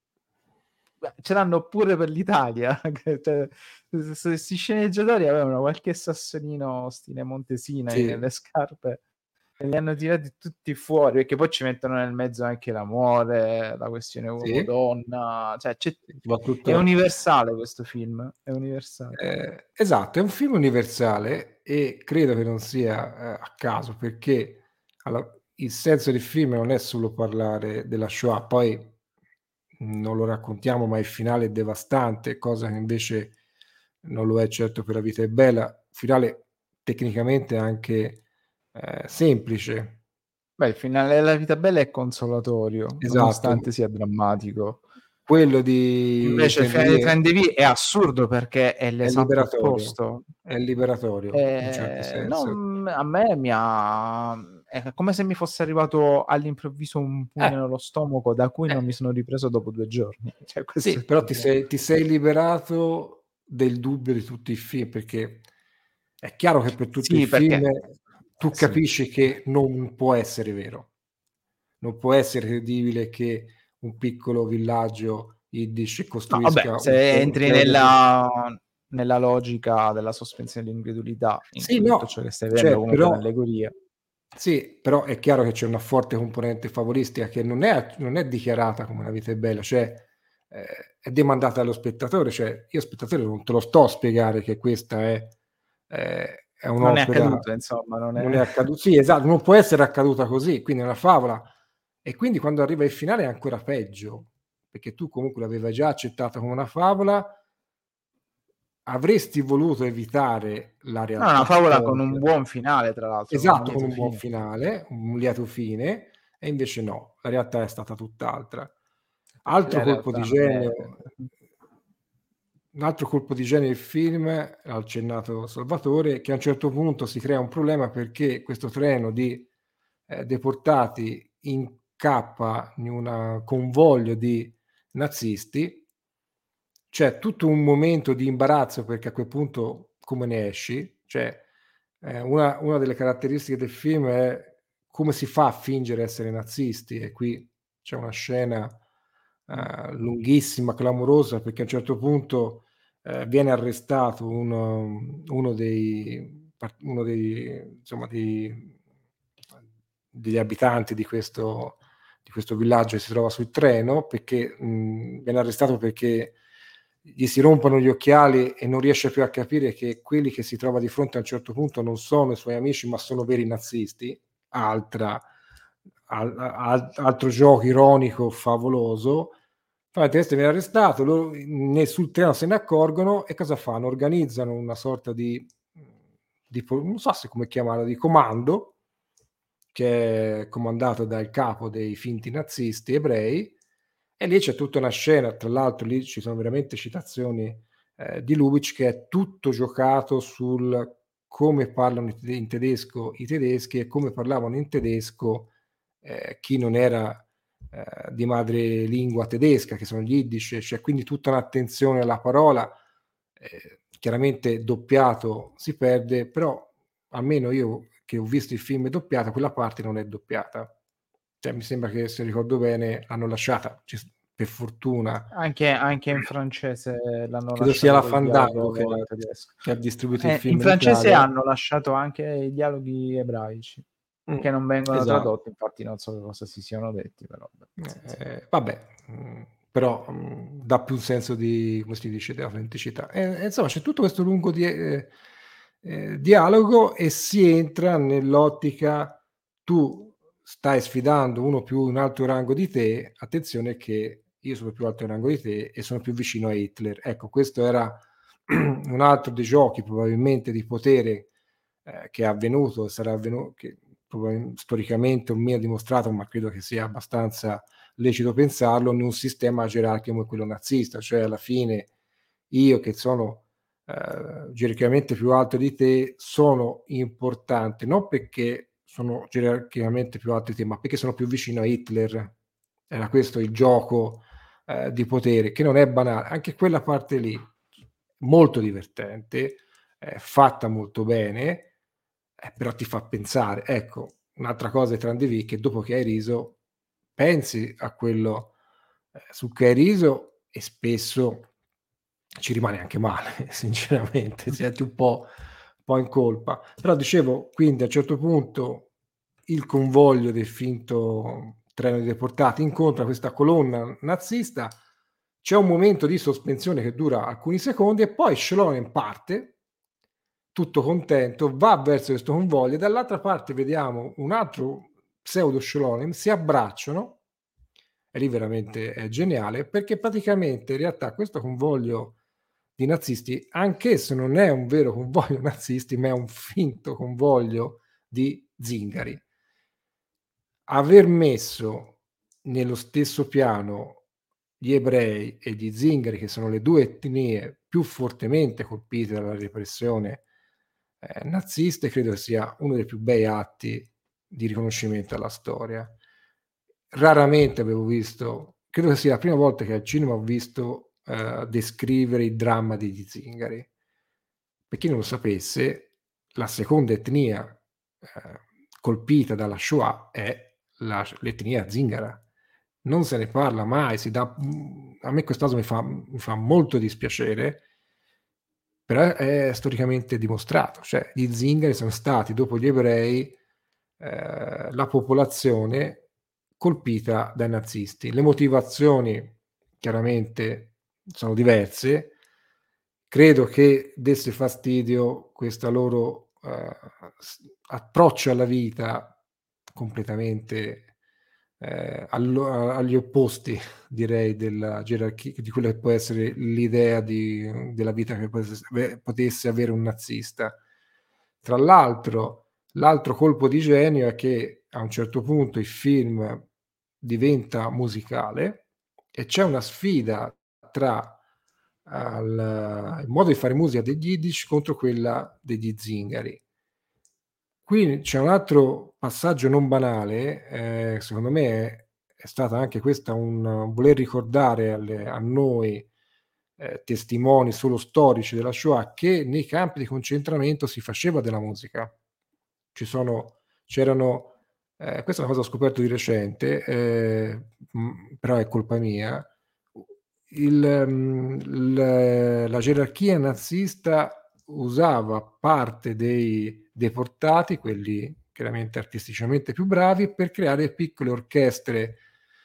ce l'hanno pure per l'Italia. Cioè, questi sceneggiatori avevano qualche sassonino stile Montesina sì. nelle scarpe e li hanno tirati tutti fuori, perché poi ci mettono nel mezzo anche l'amore, la questione uomo-donna, cioè c'è... Tutto... è universale questo film, è universale. Eh, esatto, è un film universale e credo che non sia eh, a caso, perché alla... il senso del film non è solo parlare della Shoah, poi non lo raccontiamo, ma il finale è devastante, cosa che invece non lo è certo per La vita è bella. Finale tecnicamente anche eh, semplice. Beh, il finale della vita bella è consolatorio, Esatto. nonostante sia drammatico. Quello di invece il finale di Trendevi è assurdo, perché è l'esatto è opposto. È liberatorio, eh, in un certo senso. No, a me mi ha... è come se mi fosse arrivato all'improvviso un pugno eh. nello stomaco da cui eh. non mi sono ripreso dopo due giorni. Cioè, sì, però ti sei, ti sei liberato del dubbio di tutti i film, perché è chiaro che per tutti sì, i film perché... tu sì. capisci che non può essere vero, non può essere credibile che un piccolo villaggio yiddish costruisca... No, vabbè, se un entri nella... Di... nella logica della sospensione dell'incredulità in sì, no, tutto ciò che stai vedendo, cioè, comunque però... un'allegoria. Sì, però è chiaro che c'è una forte componente favolistica che non è, non è dichiarata come La vita è bella, cioè eh, è demandata allo spettatore, cioè io spettatore non te lo sto a spiegare che questa è, eh, è un'opera... Non è accaduto, insomma. Non è, non è accaduto, sì, esatto, non può essere accaduta così, quindi è una favola. E quindi quando arriva il finale è ancora peggio, perché tu comunque l'avevi già accettata come una favola, avresti voluto evitare la realtà. No, una favola con un buon finale, tra l'altro. Esatto, con un, con un buon finale, un lieto fine, e invece no, la realtà è stata tutt'altra. Altro la colpo di genio, un altro colpo di genio del film, ha accennato Salvatore, che a un certo punto si crea un problema perché questo treno di eh, deportati incappa in un convoglio di nazisti. C'è tutto un momento di imbarazzo, perché a quel punto come ne esci? Cioè, eh, una, una delle caratteristiche del film è come si fa a fingere essere nazisti, e qui c'è una scena eh, lunghissima, clamorosa, perché a un certo punto eh, viene arrestato uno, uno dei, uno dei, insomma, dei, degli abitanti di questo, di questo villaggio che si trova sul treno, perché mh, viene arrestato perché gli si rompono gli occhiali e non riesce più a capire che quelli che si trova di fronte a un certo punto non sono i suoi amici, ma sono veri nazisti. Altra, al, al, altro gioco ironico favoloso. Infatti, questo viene arrestato, loro né sul treno se ne accorgono, e cosa fanno? Organizzano una sorta di, di non so se come chiamarlo, di comando, che è comandato dal capo dei finti nazisti ebrei. E lì c'è tutta una scena, tra l'altro lì ci sono veramente citazioni eh, di Lubitsch, che è tutto giocato sul come parlano in tedesco i tedeschi e come parlavano in tedesco eh, chi non era eh, di madrelingua tedesca, che sono gli yiddish, c'è quindi tutta un'attenzione alla parola eh, chiaramente doppiato si perde, però almeno io che ho visto il film doppiato, quella parte non è doppiata. Cioè, mi sembra che, se ricordo bene, l'hanno lasciata, per fortuna. Anche, anche in francese l'hanno Credo sia lasciato la col Fandango che, dialogo tedesco. che ha distribuito il Eh, in film in francese Italia. hanno lasciato anche i dialoghi ebraici, Mm, che non vengono esatto. tradotti, infatti non so cosa si siano detti, però. Eh, vabbè, mh, però mh, dà più un senso di, come si dice, di autenticità. E, e insomma, c'è tutto questo lungo di, eh, eh, dialogo e si entra nell'ottica: tu stai sfidando uno più in alto rango di te, attenzione che io sono più alto in rango di te e sono più vicino a Hitler. Ecco, questo era un altro dei giochi probabilmente di potere eh, che è avvenuto, sarà avvenuto, che storicamente non mi ha dimostrato, ma credo che sia abbastanza lecito pensarlo, in un sistema gerarchico come quello nazista, cioè alla fine io che sono eh, gerarchicamente più alto di te sono importante, non perché sono gerarchicamente più alto di te, ma perché sono più vicino a Hitler. Era questo il gioco eh, di potere, che non è banale, anche quella parte lì molto divertente, eh, fatta molto bene, eh, però ti fa pensare. Ecco, un'altra cosa di Trandevi, che dopo che hai riso pensi a quello eh, su che hai riso, e spesso ci rimane anche male, sinceramente, ti senti un po', un po' in colpa. Però dicevo, quindi a un certo punto il convoglio del finto treno di deportati incontra questa colonna nazista, c'è un momento di sospensione che dura alcuni secondi e poi Schlönen parte tutto contento, va verso questo convoglio, e dall'altra parte vediamo un altro pseudo Schlönen, si abbracciano, e lì veramente è geniale, perché praticamente in realtà questo convoglio di nazisti, anch'esso non è un vero convoglio nazisti, ma è un finto convoglio di zingari. Aver messo nello stesso piano gli ebrei e gli zingari, che sono le due etnie più fortemente colpite dalla repressione eh, naziste, credo che sia uno dei più bei atti di riconoscimento alla storia. Raramente avevo visto, credo che sia la prima volta che al cinema ho visto eh, descrivere il dramma degli zingari. Per chi non lo sapesse, la seconda etnia eh, colpita dalla Shoah è la, l'etnia zingara. Non se ne parla mai, si dà, a me questa cosa mi fa, mi fa molto dispiacere, però è storicamente dimostrato, cioè gli zingari sono stati, dopo gli ebrei, eh, la popolazione colpita dai nazisti. Le motivazioni chiaramente sono diverse. Credo che desse fastidio questa loro eh, approccio alla vita completamente eh, allo, agli opposti, direi, della gerarchia, di quello che può essere l'idea di, della vita che potesse, potesse avere un nazista. Tra l'altro, l'altro colpo di genio è che a un certo punto il film diventa musicale e c'è una sfida tra al, il modo di fare musica degli Yiddish contro quella degli zingari. Qui c'è un altro passaggio non banale, eh, secondo me è, è stata anche questa un voler ricordare alle, a noi eh, testimoni solo storici della Shoah che nei campi di concentramento si faceva della musica. Ci sono, c'erano, eh, questa è una cosa che ho scoperto di recente, eh, mh, però è colpa mia, il, mh, la, la gerarchia nazista usava parte dei deportati, quelli chiaramente artisticamente più bravi, per creare piccole orchestre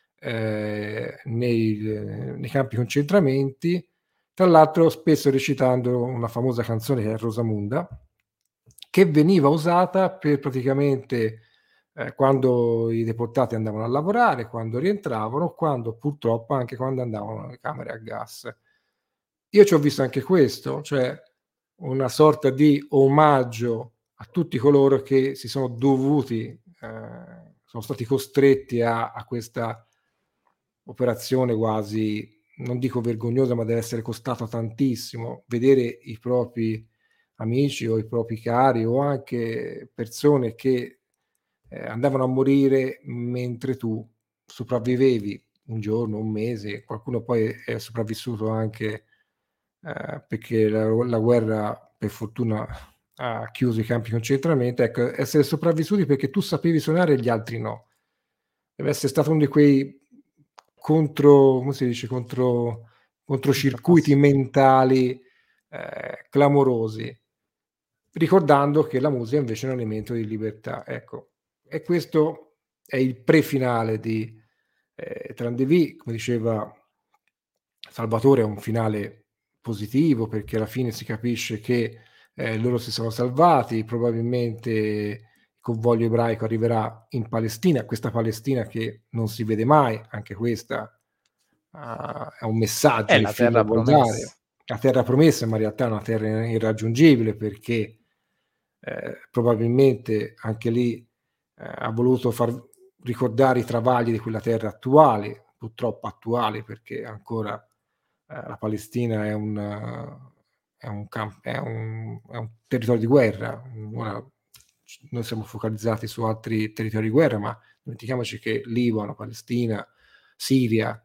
eh, nei, nei campi concentramenti, tra l'altro spesso recitando una famosa canzone che è Rosamunda, che veniva usata per praticamente eh, quando i deportati andavano a lavorare, quando rientravano, quando purtroppo anche quando andavano nelle camere a gas. Io ci ho visto anche questo, cioè una sorta di omaggio a tutti coloro che si sono dovuti, eh, sono stati costretti a, a questa operazione quasi, non dico vergognosa, ma deve essere costato tantissimo, vedere i propri amici o i propri cari o anche persone che eh, andavano a morire mentre tu sopravvivevi un giorno, un mese, qualcuno poi è sopravvissuto anche eh, perché la, la guerra, per fortuna, ha chiuso i campi di concentramento. Ecco, essere sopravvissuti perché tu sapevi suonare e gli altri no. Deve essere stato uno di quei contro, come si dice, contro, contro circuiti mentali eh, clamorosi, ricordando che la musica invece è un elemento di libertà. Ecco, e questo è il pre-finale di eh, Trandevi, come diceva Salvatore, è un finale positivo perché alla fine si capisce che eh, loro si sono salvati, probabilmente il convoglio ebraico arriverà in Palestina, questa Palestina che non si vede mai, anche questa uh, è un messaggio È che il la film terra vuol promessa. dare. La terra promessa, ma in realtà è una terra irraggiungibile perché eh, probabilmente anche lì eh, ha voluto far ricordare i travagli di quella terra attuali, purtroppo attuali perché ancora eh, la Palestina è un, uh, è, un camp- è, un, è un territorio di guerra. Ora, noi siamo focalizzati su altri territori di guerra, ma dimentichiamoci che Libano, Palestina, Siria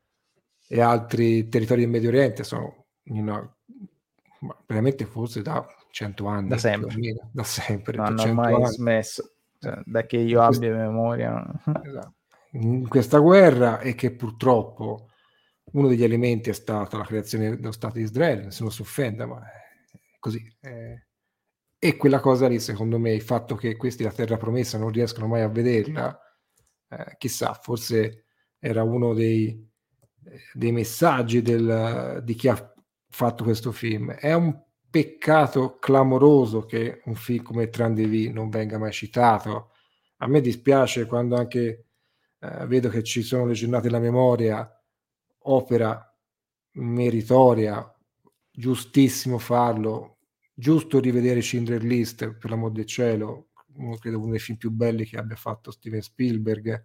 e altri territori del Medio Oriente sono in una, veramente forse da cento anni, da sempre, più o meno, da sempre, non da hanno cento mai anni. smesso, cioè, Eh, da che io in abbia quest- memoria. esatto. In questa guerra, e che purtroppo uno degli elementi è stata la creazione dello Stato di Israele, nessuno si offenda, ma è così. Eh. E quella cosa lì, secondo me, il fatto che questi la terra promessa non riescono mai a vederla, eh, chissà, forse era uno dei, dei messaggi del, di chi ha fatto questo film. È un peccato clamoroso che un film come Trandevi non venga mai citato. A me dispiace quando anche eh, vedo che ci sono le giornate della memoria, opera meritoria, giustissimo farlo, giusto rivedere Schindler List, per l'amor del cielo, uno, credo uno dei film più belli che abbia fatto Steven Spielberg.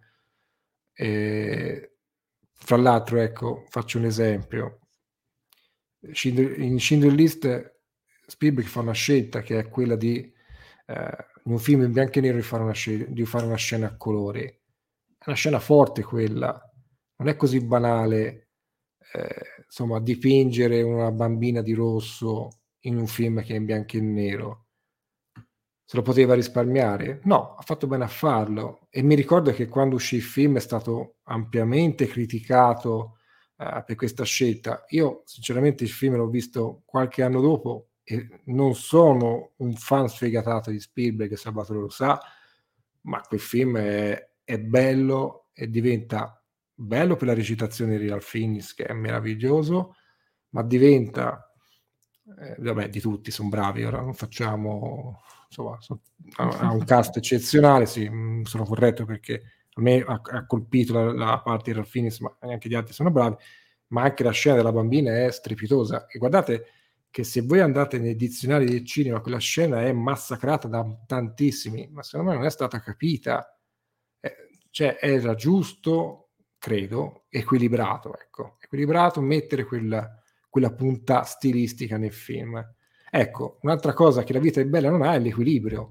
E, fra l'altro, ecco, faccio un esempio. Schindler, in Schindler List Spielberg fa una scelta che è quella di eh, in un film in bianco e nero di fare una, sc- di fare una scena a colori. È una scena forte quella, non è così banale eh, insomma dipingere una bambina di rosso in un film che è in bianco e nero. Se lo poteva risparmiare? No, ha fatto bene a farlo. E mi ricordo che quando uscì il film è stato ampiamente criticato uh, per questa scelta. Io sinceramente il film l'ho visto qualche anno dopo e non sono un fan sfegatato di Spielberg, Salvatore lo sa, ma quel film è, è bello e diventa bello per la recitazione di Ralph Fiennes, che è meraviglioso, ma diventa eh, vabbè, di tutti sono bravi, ora non facciamo insomma, so, ha un cast eccezionale, sì, sono corretto perché a me ha, ha colpito la, la parte di Ralph Fiennes, ma anche gli altri sono bravi, ma anche la scena della bambina è strepitosa. E guardate che se voi andate nei dizionari del cinema, quella scena è massacrata da tantissimi, ma secondo me non è stata capita. Eh, cioè era giusto, credo, equilibrato, ecco, equilibrato mettere quella, quella punta stilistica nel film. Ecco, un'altra cosa che La vita è bella non ha è l'equilibrio.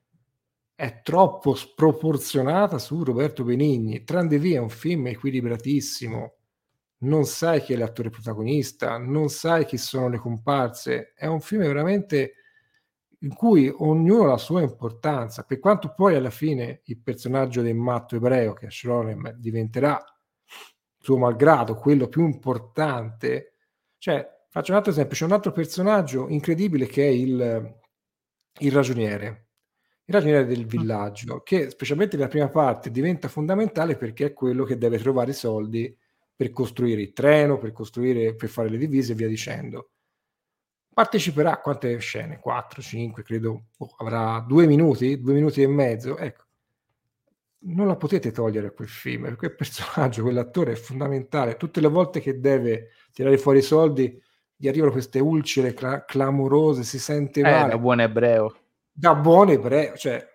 È troppo sproporzionata su Roberto Benigni. Trandevi è un film equilibratissimo. Non sai chi è l'attore protagonista, non sai chi sono le comparse. È un film veramente in cui ognuno ha la sua importanza. Per quanto poi alla fine il personaggio del matto ebreo, che è Shlonem, diventerà suo malgrado quello più importante. Cioè, faccio un altro esempio, c'è un altro personaggio incredibile che è il, il ragioniere. Il ragioniere del villaggio, che specialmente nella prima parte diventa fondamentale perché è quello che deve trovare i soldi per costruire il treno, per costruire, per fare le divise e via dicendo. Parteciperà a quante scene? quattro, cinque, credo, oh, avrà due minuti, due minuti e mezzo, ecco. Non la potete togliere a quel film, perché quel personaggio, quell'attore è fondamentale. Tutte le volte che deve tirare fuori i soldi, gli arrivano queste ulcere cla- clamorose, si sente Eh, da male. buon ebreo. Da buon ebreo, cioè,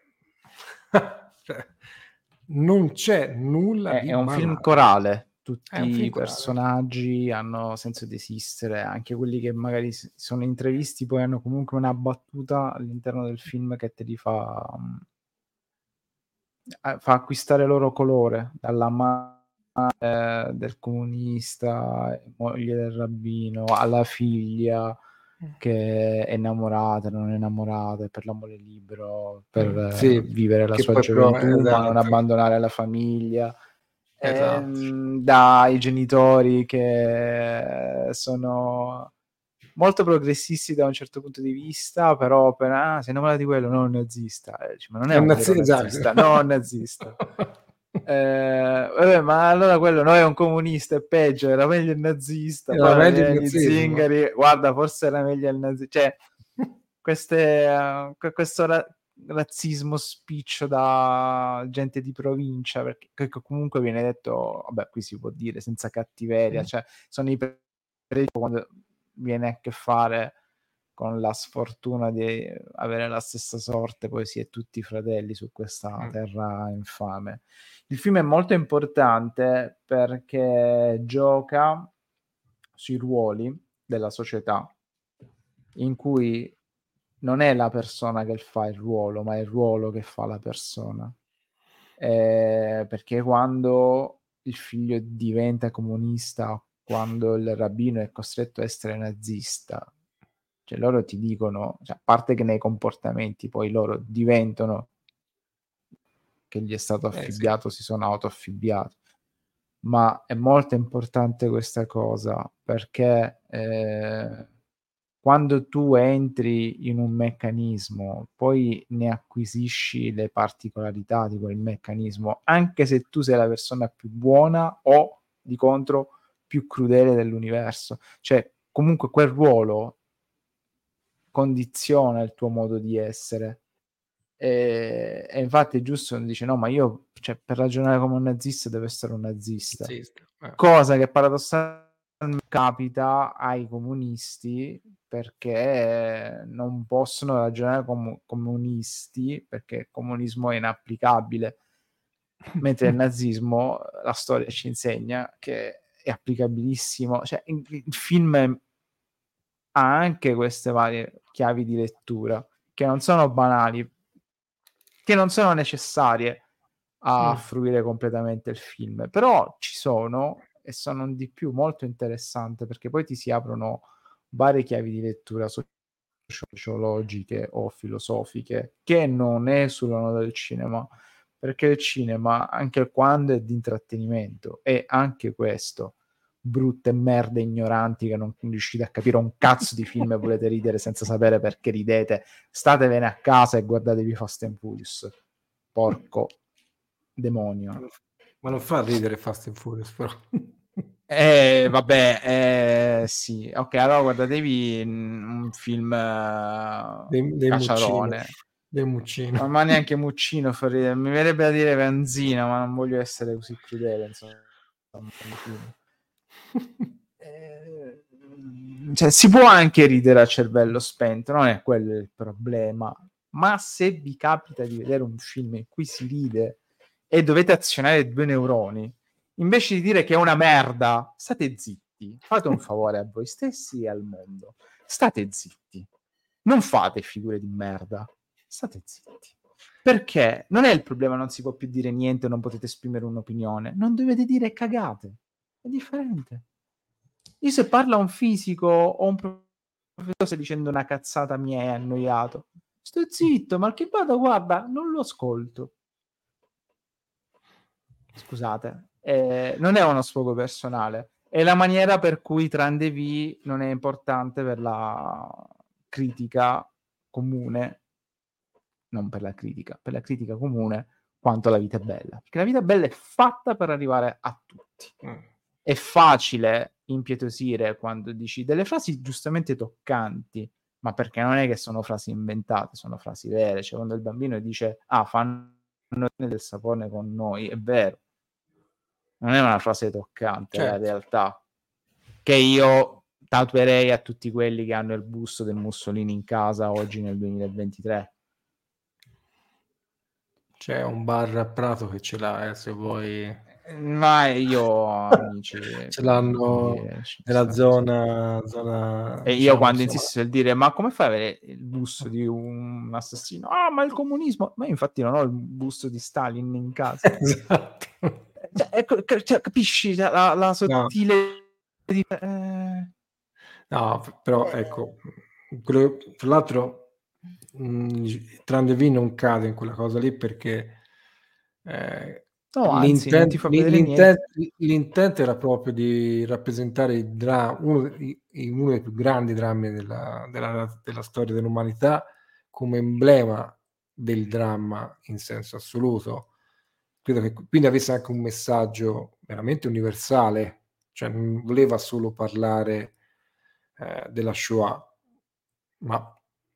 cioè non c'è nulla È, di è un film banale. corale, È tutti un film i corale. personaggi hanno senso di esistere, anche quelli che magari s- sono intrevisti poi hanno comunque una battuta all'interno del film che te li fa, mm, eh, fa acquistare loro colore, dalla ma- eh, del comunista, moglie del rabbino, alla figlia che è innamorata, non è innamorata, è per l'amore libero, per Sì, eh, vivere la che sua poi però, gioventù, ma non esatto, abbandonare la famiglia. esatto. Ehm, dai genitori che sono molto progressisti da un certo punto di vista, però per, ah, sei innamorato di quello, non un nazista. Eh, dici, ma non è È un un vero nazi- esatto. nazista, no, un nazista. Eh, vabbè, ma allora quello no, è un comunista, è peggio, era meglio il nazista, Era poi meglio il gli nazismo. zingari, guarda, forse era meglio il nazista, cioè queste, uh, questo ra- razzismo spiccio da gente di provincia, perché che comunque viene detto, vabbè, qui si può dire senza cattiveria, cioè sono i pre- quando viene a che fare con la sfortuna di avere la stessa sorte, poi si è tutti fratelli su questa terra infame. Il film è molto importante perché gioca sui ruoli della società, in cui non è la persona che fa il ruolo, ma è il ruolo che fa la persona. Eh, perché quando il figlio diventa comunista, quando il rabbino è costretto a essere nazista, cioè loro ti dicono, cioè, a parte che nei comportamenti poi loro diventano che gli è stato affibbiato, eh, sì. Si sono autoaffibbiati, ma è molto importante questa cosa perché eh, quando tu entri in un meccanismo poi ne acquisisci le particolarità di quel meccanismo, anche se tu sei la persona più buona o di contro più crudele dell'universo, cioè comunque quel ruolo condiziona il tuo modo di essere. E, e infatti è giusto, dice no, ma io, cioè, per ragionare come un nazista deve essere un nazista, nazista. Eh. Cosa che paradossalmente capita ai comunisti perché non possono ragionare come comunisti perché il comunismo è inapplicabile, mentre il nazismo, la storia ci insegna che è applicabilissimo, cioè il, il film ha anche queste varie chiavi di lettura che non sono banali, che non sono necessarie a mm. fruire completamente il film, però ci sono e sono di più molto interessante perché poi ti si aprono varie chiavi di lettura sociologiche o filosofiche che non esulano dal cinema, perché il cinema, anche quando è di intrattenimento, è anche questo, brutte merde ignoranti che non riuscite a capire un cazzo di film e volete ridere senza sapere perché ridete, statevene a casa e guardatevi Fast and Furious, porco demonio. Ma non fa ridere Fast and Furious, però. Eh, vabbè, eh, sì, ok, allora guardatevi un film uh, dei, dei Cacciarone. Del Muccino. Ma, ma neanche Muccino fa ridere. Mi verrebbe da dire Vanzina, ma non voglio essere così crudele, insomma. eh, cioè, si può anche ridere a cervello spento, non è quello il problema. Ma se vi capita di vedere un film in cui si ride e dovete azionare due neuroni, invece di dire che è una merda, state zitti. Fate un favore a voi stessi e al mondo. State zitti. Non fate figure di merda. State zitti. Perché non è il problema, non si può più dire niente, non potete esprimere un'opinione. Non dovete dire cagate. È differente. Io se parla un fisico o un professore dicendo una cazzata mi è annoiato, sto zitto, ma che vado, guarda, non lo ascolto. Scusate, eh, non è uno sfogo personale, è la maniera per cui Tran de V non è importante per la critica comune, non per la critica, per la critica comune quanto La vita è bella, perché La vita è bella è fatta per arrivare a tutti. Mm. È facile impietosire quando dici delle frasi giustamente toccanti, ma perché non è che sono frasi inventate, sono frasi vere. Cioè quando il bambino dice ah, fanno del sapone con noi, è vero. Non è una frase toccante, certo. È la realtà. Che io tatuerei a tutti quelli che hanno il busto del Mussolini in casa oggi nel duemilaventitré. C'è un bar a Prato che ce l'ha, eh, se vuoi. Ma io amici ce l'hanno dire, nella zona, zona e diciamo, io quando insomma... insisto nel dire ma come fai ad avere il busto di un assassino? Ah, ma il comunismo, ma io infatti non ho il busto di Stalin in casa. Esatto. Cioè, ecco, cioè, capisci la, la sottile... No. Di... Eh... No, però ecco, quello, tra l'altro mh, Trandev non cade in quella cosa lì perché eh, No, anzi, non ti l'intent, fa vedere l'intent, niente. l'intent era proprio di rappresentare il dra- uno, dei- uno dei più grandi drammi della, della, della storia dell'umanità come emblema del dramma in senso assoluto. Credo che quindi avesse anche un messaggio veramente universale, cioè non voleva solo parlare eh, della Shoah, ma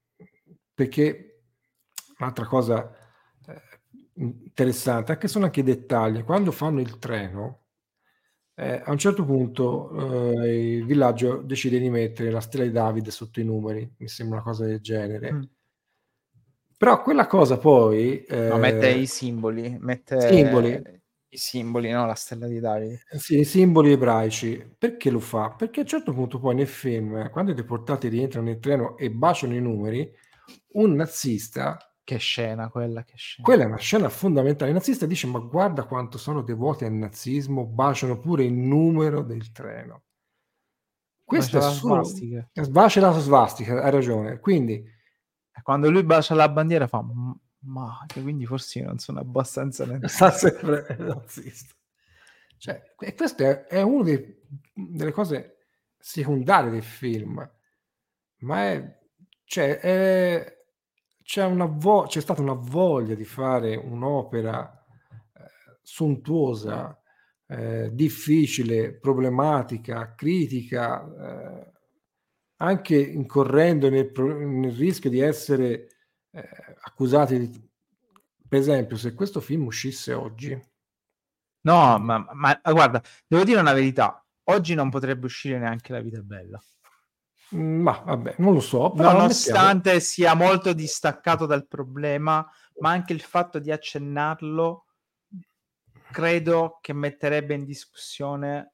perché un'altra cosa eh, interessante, anche sono anche i dettagli, quando fanno il treno, eh, a un certo punto eh, il villaggio decide di mettere la stella di Davide sotto i numeri, mi sembra una cosa del genere. Mm. Però quella cosa poi... No, mette Eh, i simboli, simboli, mette i simboli, no? La stella di Davide. eh, sì, i simboli ebraici. Perché lo fa? Perché a un certo punto poi nel film, eh, quando i deportati rientrano nel treno e baciano i numeri, un nazista, Che scena quella, che scena. quella è una scena fondamentale, il nazista dice ma guarda quanto sono devoti al nazismo, baciano pure il numero del treno. Questo Bacia è la solo... svastica. Bacia la svastica, hai ragione. Quindi E quando lui bacia la bandiera fa... Ma che quindi forse io non sono abbastanza sta nazista. sempre nazista. Cioè, e questa è, è una delle cose secondarie del film, ma è, cioè, è, c'è, una vo- c'è stata una voglia di fare un'opera eh, sontuosa, eh, difficile, problematica, critica, eh, anche incorrendo nel, pro- nel rischio di essere eh, accusati di... Per esempio, se questo film uscisse oggi, No, ma, ma guarda, devo dire una verità. Oggi non potrebbe uscire neanche La vita è bella. ma vabbè, non lo so, però Nonostante ammettiamo. sia molto distaccato dal problema, ma anche il fatto di accennarlo credo che metterebbe in discussione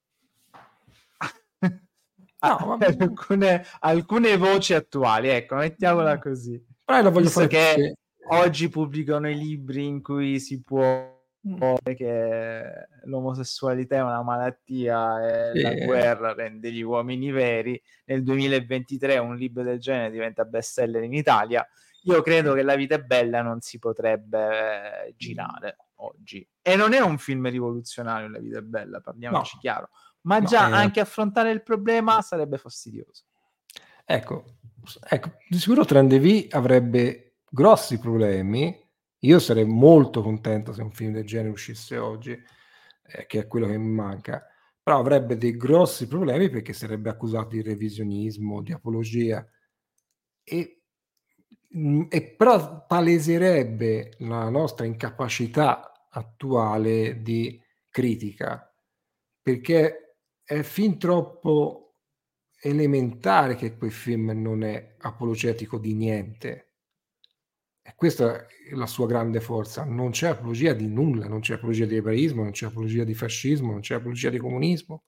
No, ma... alcune, alcune voci attuali, ecco, mettiamola così. Però lo voglio Visto fare che perché... oggi pubblicano i libri in cui si può dire che l'omosessualità è una malattia e Sì, la eh, guerra rende gli uomini veri, nel duemilaventitré un libro del genere diventa bestseller in Italia. Io credo che La vita è bella non si potrebbe girare oggi. E non è un film rivoluzionario, La vita è bella, no, parliamoci chiaro. Ma no, già eh, anche affrontare il problema sarebbe fastidioso. ecco, ecco, di sicuro Trandevi avrebbe grossi problemi. Io sarei molto contento se un film del genere uscisse oggi, eh, che è quello che mi manca, però avrebbe dei grossi problemi perché sarebbe accusato di revisionismo, di apologia e, mh, e però paleserebbe la nostra incapacità attuale di critica, perché è fin troppo elementare che quel film non è apologetico di niente. E questa è la sua grande forza. Non c'è apologia di nulla, non c'è apologia di ebraismo, non c'è apologia di fascismo, non c'è apologia di comunismo.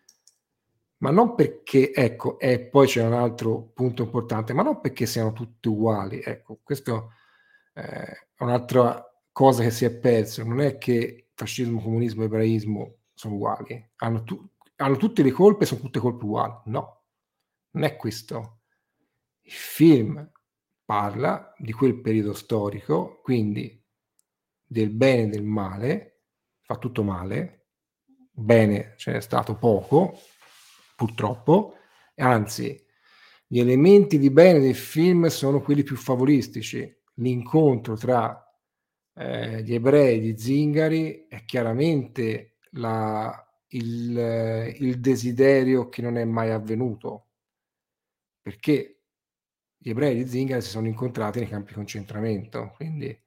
Ma non perché, ecco, e poi c'è un altro punto importante, ma non perché siano tutti uguali. Ecco, questo eh, è un'altra cosa che si è perso. Non è che fascismo, comunismo e ebraismo sono uguali. Hanno, tu- hanno tutte le colpe, sono tutte colpe uguali. No, non è questo. Il film parla di quel periodo storico, quindi del bene e del male, fa tutto male, bene ce n'è stato poco, purtroppo, anzi, gli elementi di bene del film sono quelli più favoristici. L'incontro tra eh, gli ebrei di Zingari è chiaramente la, il, il desiderio che non è mai avvenuto, perché gli ebrei di Zingari si sono incontrati nei campi di concentramento, quindi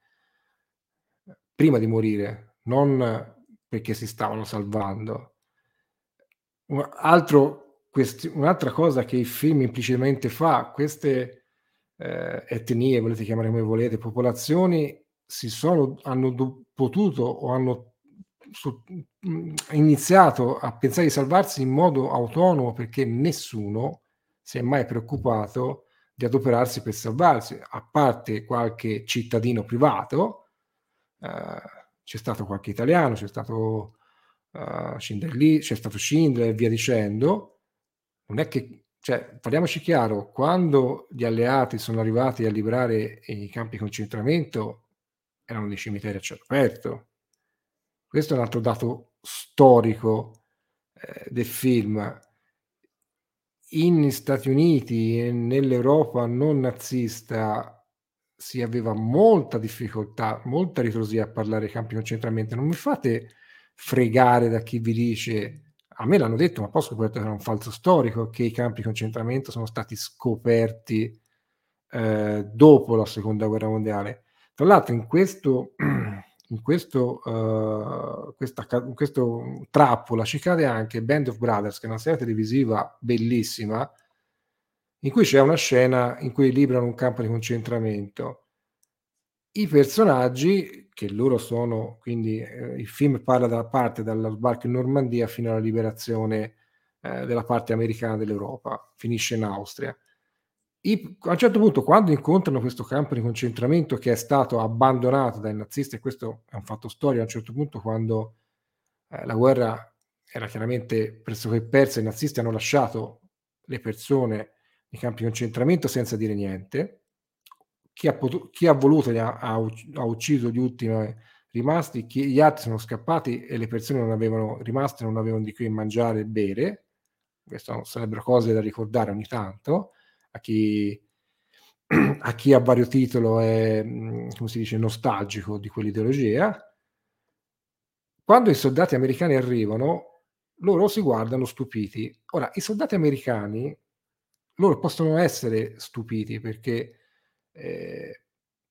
prima di morire, non perché si stavano salvando. Un altro, questi, un'altra cosa che il film implicitamente fa, queste eh, etnie, volete chiamare come volete, popolazioni, si sono, hanno do, potuto o hanno su, mh, iniziato a pensare di salvarsi in modo autonomo perché nessuno si è mai preoccupato di adoperarsi per salvarsi, a parte qualche cittadino privato. Eh, c'è stato qualche italiano, c'è stato uh, Schindler lì, c'è stato Schindler e via dicendo. Non è che, cioè, parliamoci chiaro, quando gli alleati sono arrivati a liberare i campi di concentramento erano dei cimiteri a cielo aperto. Questo è un altro dato storico eh, del film. In Stati Uniti e nell'Europa non nazista si aveva molta difficoltà, molta ritrosia a parlare di campi di concentramento. Non mi fate fregare da chi vi dice, a me l'hanno detto, ma poi ho scoperto che era un falso storico, che i campi di concentramento sono stati scoperti eh, dopo la seconda guerra mondiale. Tra l'altro in questo, in questo, uh, questa, in questo trappola ci cade anche Band of Brothers, che è una serie televisiva bellissima, in cui c'è una scena in cui liberano un campo di concentramento. I personaggi, che loro sono, quindi eh, il film parla dalla parte dallo sbarco in Normandia fino alla liberazione eh, della parte americana dell'Europa, finisce in Austria. I, a un certo punto, quando incontrano questo campo di concentramento che è stato abbandonato dai nazisti, e questo è un fatto storico, a un certo punto quando eh, la guerra era chiaramente pressoché persa, i nazisti hanno lasciato le persone nei campi di concentramento senza dire niente. Chi ha, potuto, chi ha voluto ha, ha, ha ucciso gli ultimi rimasti, chi, gli altri sono scappati e le persone non avevano rimaste, non avevano di che mangiare e bere. Queste sarebbero cose da ricordare ogni tanto a chi, a chi a vario titolo è, come si dice, nostalgico di quell'ideologia. Quando i soldati americani arrivano, loro si guardano stupiti. Ora, i soldati americani, loro possono essere stupiti perché eh,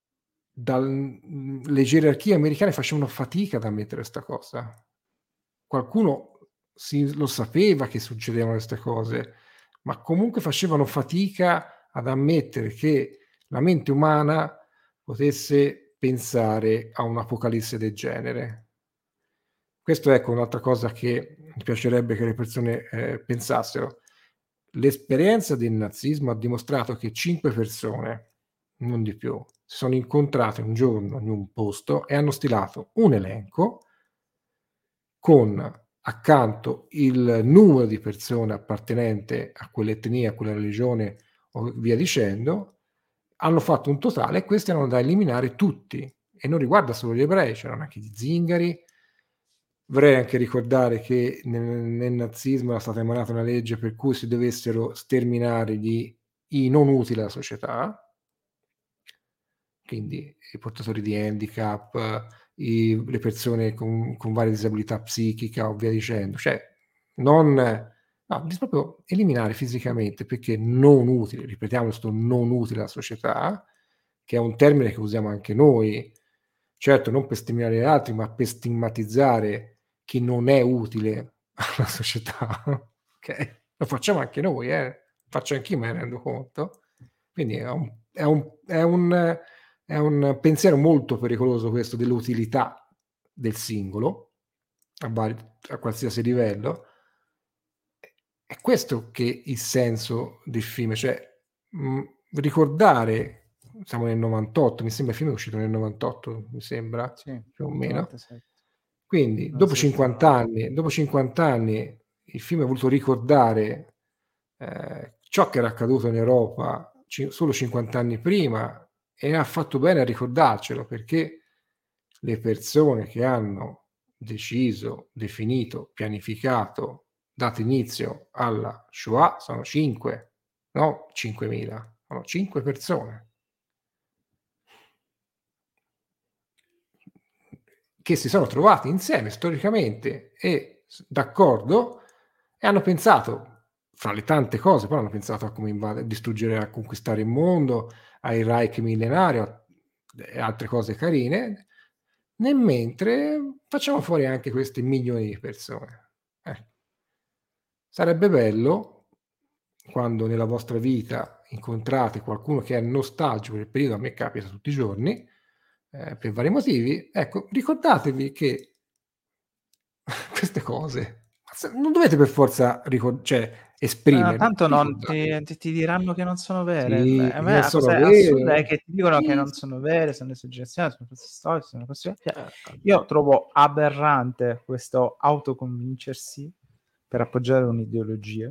dal, le gerarchie americane facevano fatica ad ammettere questa cosa. Qualcuno si, lo sapeva che succedevano queste cose, ma comunque facevano fatica ad ammettere che la mente umana potesse pensare a un'apocalisse del genere. Questo è ecco un'altra cosa che mi piacerebbe che le persone eh, pensassero. L'esperienza del nazismo ha dimostrato che cinque persone, non di più, si sono incontrate un giorno in un posto e hanno stilato un elenco con accanto il numero di persone appartenente a quell'etnia, a quella religione o via dicendo, hanno fatto un totale e questi erano da eliminare tutti. E non riguarda solo gli ebrei, c'erano anche gli zingari. Vorrei anche ricordare che nel, nel nazismo era stata emanata una legge per cui si dovessero sterminare gli, i non utili alla società, quindi i portatori di handicap, i, le persone con, con varie disabilità psichica o via dicendo, cioè non, no, proprio eliminare fisicamente perché non utile, ripetiamo sto non utile alla società, che è un termine che usiamo anche noi, certo non per stimolare gli altri, ma per stigmatizzare chi non è utile alla società, ok? Lo facciamo anche noi, eh? Faccio anch'io, me ne rendo conto. Quindi è un, è un, è un, è un pensiero molto pericoloso questo dell'utilità del singolo a, vari, a qualsiasi livello. È questo che è il senso del film, cioè mh, ricordare, siamo nel novantotto, mi sembra il film è uscito nel novantotto, mi sembra, sì, più o meno. novantasette. Quindi dopo cinquanta anni, dopo cinquanta anni il film ha voluto ricordare eh, ciò che era accaduto in Europa c- solo cinquanta anni prima e ha fatto bene a ricordarcelo perché le persone che hanno deciso, definito, pianificato, dato inizio alla Shoah sono cinque, no cinquemila, sono cinque persone che si sono trovati insieme storicamente e d'accordo e hanno pensato, fra le tante cose, poi hanno pensato a come invadere, distruggere, a conquistare il mondo, ai Reich millenario e altre cose carine, nel mentre facciamo fuori anche questi milioni di persone. Eh. Sarebbe bello quando nella vostra vita incontrate qualcuno che è nostalgico del periodo, a me capita tutti i giorni, eh, per vari motivi, ecco, ricordatevi che queste cose non dovete per forza ricordare, cioè Ah, esprimere, tanto non ricordate. ti, ti- ti diranno che non sono vere. Sì, A me non la sono cosa assurda è vere. che ti dicono che Sì, non sì. sono vere, sono esagerazioni, sono queste storie, sono queste... cioè, Eh, io trovo aberrante questo autoconvincersi per appoggiare un'ideologia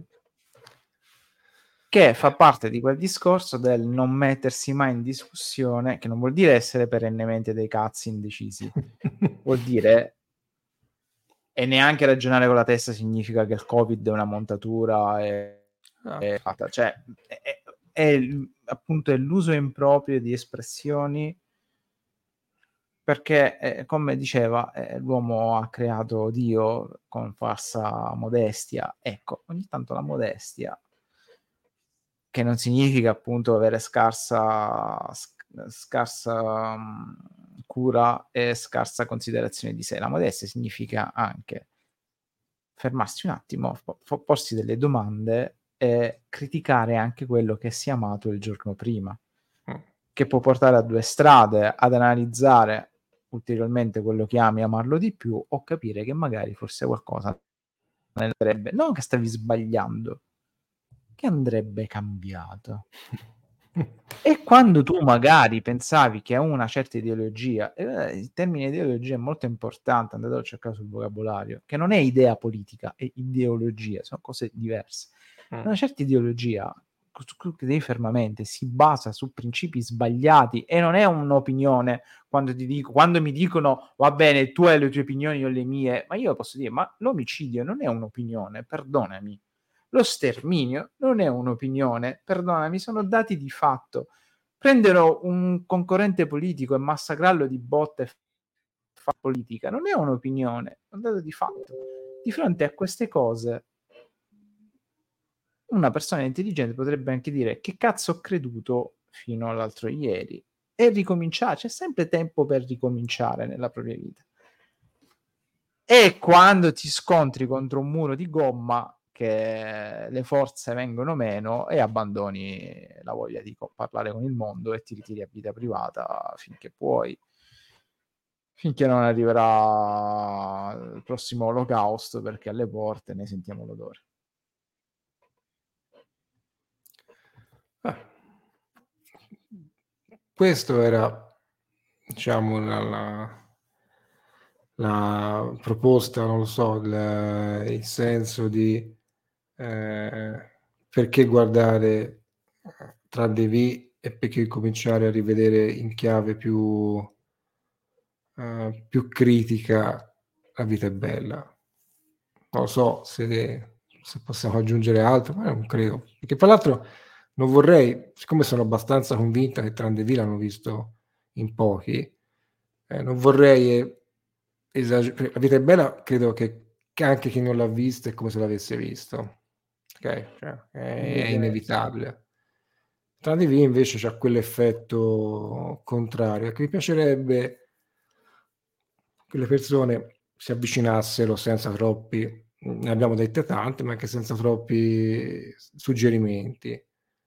che fa parte di quel discorso del non mettersi mai in discussione, che non vuol dire essere perennemente dei cazzi indecisi, vuol dire, e neanche ragionare con la testa significa che il Covid è una montatura e, ah, e fatta, cioè è, è, è appunto è l'uso improprio di espressioni, perché eh, come diceva eh, l'uomo ha creato Dio con falsa modestia. Ecco, ogni tanto la modestia, che non significa appunto avere scarsa, scarsa um, cura e scarsa considerazione di sé. La modestia significa anche fermarsi un attimo, f- porsi delle domande e criticare anche quello che si è amato il giorno prima, che può portare a due strade: ad analizzare ulteriormente quello che ami e amarlo di più, o capire che magari forse qualcosa non andrebbe, non che stavi sbagliando, che andrebbe cambiato. E quando tu magari pensavi che a una certa ideologia, eh, il termine ideologia è molto importante, andatelo a cercare sul vocabolario, che non è idea politica, è ideologia, sono cose diverse. Una certa ideologia, su cui devi fermamente, si basa su principi sbagliati, e non è un'opinione. Quando ti dico, quando mi dicono va bene, tu hai le tue opinioni, io le mie, ma io posso dire, ma l'omicidio non è un'opinione, perdonami. Lo sterminio non è un'opinione, perdonami, sono dati di fatto. Prendere un concorrente politico e massacrarlo di botte e fare politica non è un'opinione, è un dato di fatto. Di fronte a queste cose, una persona intelligente potrebbe anche dire: che cazzo ho creduto fino all'altro ieri? E ricominciare. C'è sempre tempo per ricominciare nella propria vita. E quando ti scontri contro un muro di gomma, che le forze vengono meno e abbandoni la voglia di co- parlare con il mondo e ti ritiri a vita privata finché puoi, finché non arriverà il prossimo olocausto, perché alle porte ne sentiamo l'odore. ah. Questo era, diciamo, la, la, la proposta, non lo so, il, il senso di eh, perché guardare Tran de Vie e perché cominciare a rivedere in chiave più, eh, più critica La vita è bella. Non lo so se, se possiamo aggiungere altro, ma non credo. Perché tra l'altro non vorrei, siccome sono abbastanza convinta che Tran de Vie l'hanno visto in pochi, eh, non vorrei esagerare. La vita è bella, credo che, che anche chi non l'ha vista è come se l'avesse visto. Ok? Cioè, è, è inevitabile. Tran de Vie invece c'ha quell'effetto contrario, che mi piacerebbe che le persone si avvicinassero senza troppi, ne abbiamo dette tante, ma anche senza troppi suggerimenti.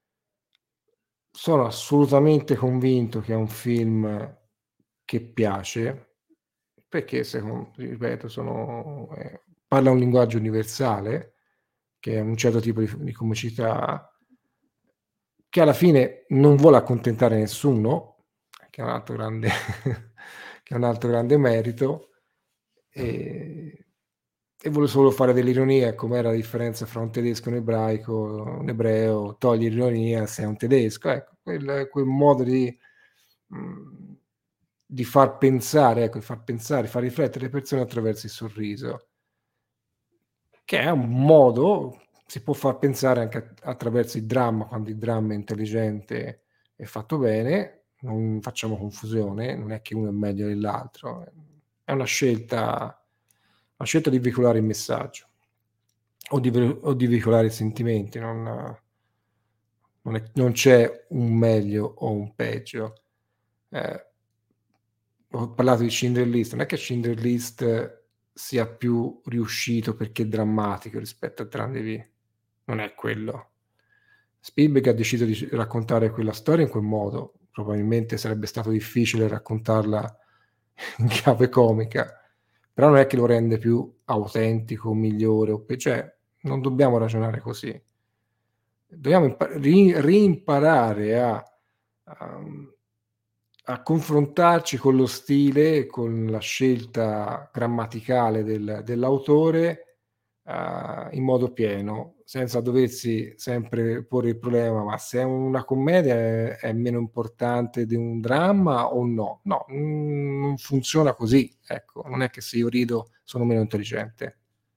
Sono assolutamente convinto che è un film che piace, perché secondo, ripeto, sono, eh, parla un linguaggio universale, che è un certo tipo di, di comicità, che alla fine non vuole accontentare nessuno, che è un altro grande, che è un altro grande merito, e, e vuole solo fare dell'ironia, com'era la differenza fra un tedesco e un ebraico, un ebreo toglie l'ironia se è un tedesco, ecco, quel, quel modo di, mh, di far pensare, ecco, di far pensare, far riflettere le persone attraverso il sorriso, che è un modo, si può far pensare anche attraverso il dramma, quando il dramma è intelligente e fatto bene, non facciamo confusione, non è che uno è meglio dell'altro, è una scelta, una scelta di veicolare il messaggio o di, o di veicolare i sentimenti, non, non, è, non c'è un meglio o un peggio. Eh, ho parlato di Schindler List, non è che Schindler List sia più riuscito perché è drammatico rispetto a Tran de Vie, non è quello. Spielberg ha deciso di raccontare quella storia in quel modo, probabilmente sarebbe stato difficile raccontarla in chiave comica, però non è che lo rende più autentico, migliore, o pe- cioè non dobbiamo ragionare così. Dobbiamo impa- ri- rimparare a, a, a confrontarci con lo stile, e con la scelta grammaticale del- dell'autore eh, in modo pieno, senza doversi sempre porre il problema, ma se è una commedia è, è meno importante di un dramma o no? No, mm, non funziona così, ecco, non è che se io rido sono meno intelligente.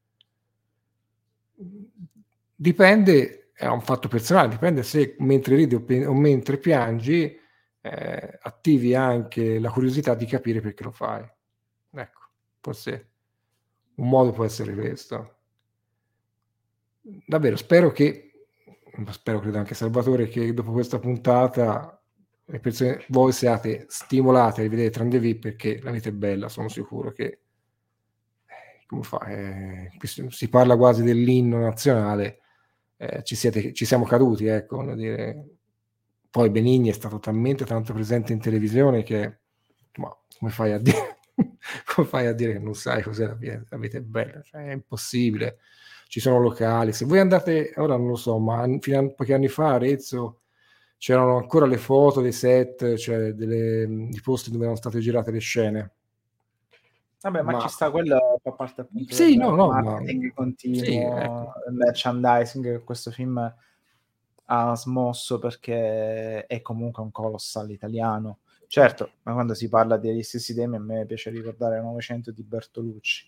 Dipende, è un fatto personale, dipende se mentre ridi o, pe- o mentre piangi eh, attivi anche la curiosità di capire perché lo fai. Ecco, forse un modo può essere questo. Davvero, spero che, spero credo anche Salvatore, che dopo questa puntata le persone, voi siate stimolate a rivedere Trandevi perché la vita è bella, sono sicuro che eh, come fa? Eh, qui si si parla quasi dell'inno nazionale, eh, ci, siete, ci siamo caduti, ecco, voglio dire. Poi Benigni è stato talmente tanto presente in televisione che, ma come fai a dire, come fai a dire che non sai cos'è la vita, la vita è bella? Cioè, è impossibile. Ci sono locali, se voi andate, ora non lo so, ma fino a pochi anni fa a Arezzo c'erano ancora le foto dei set, cioè delle, i posti dove erano state girate le scene. Vabbè, ma Ma ci sta, quello fa parte appunto sì, del no, no, ma marketing sì, continuo, ecco. del merchandising che questo film ha smosso, perché è comunque un colossal italiano. Certo, ma quando si parla degli stessi temi a me piace ricordare Novecento di Bertolucci.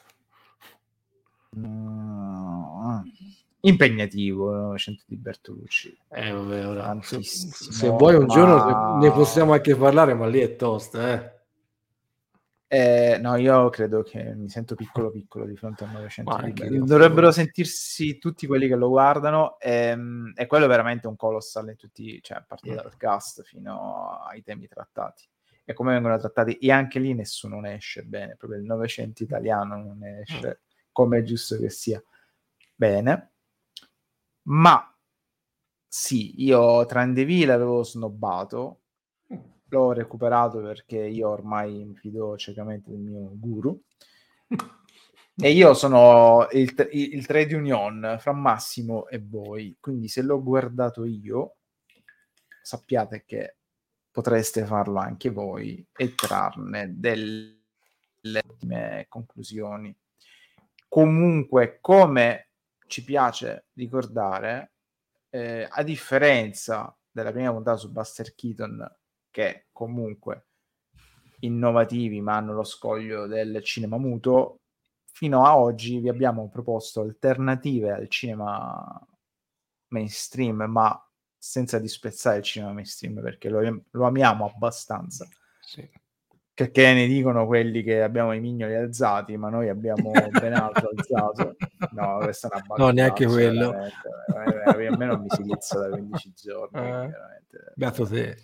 Mm, impegnativo Novecento di Bertolucci, Eh, vabbè, ora, se, se vuoi tantissimo, un giorno ne possiamo ma anche parlare, ma lì è tosta, eh. Eh, no, io credo che mi sento piccolo piccolo di fronte al Ma Novecento di anche Bello. io, Dovrebbero figurati. sentirsi tutti quelli che lo guardano, ehm, e quello è veramente un colossal in tutti, cioè a partire dal cast fino ai temi trattati e come vengono trattati, e anche lì nessuno ne esce bene, proprio il Novecento italiano non ne esce come è giusto che sia bene. Ma sì, io Trandeville l'avevo snobbato, l'ho recuperato perché io ormai mi fido ciecamente del mio guru. E io sono il, il, il trade union fra Massimo e voi, quindi se l'ho guardato io, sappiate che potreste farlo anche voi e trarne delle ottime conclusioni. Comunque, come ci piace ricordare, eh, a differenza della prima puntata su Buster Keaton, che comunque innovativi ma hanno lo scoglio del cinema muto, fino a oggi vi abbiamo proposto alternative al cinema mainstream, ma senza disprezzare il cinema mainstream, perché lo, lo amiamo abbastanza. Sì. Che ne dicono quelli che abbiamo i mignoli alzati, ma noi abbiamo ben altro alzato. No, questa è una No, neanche battutaccia, quello. veramente. A me non mi si lizza da quindici giorni, quindi Eh, veramente... beato te.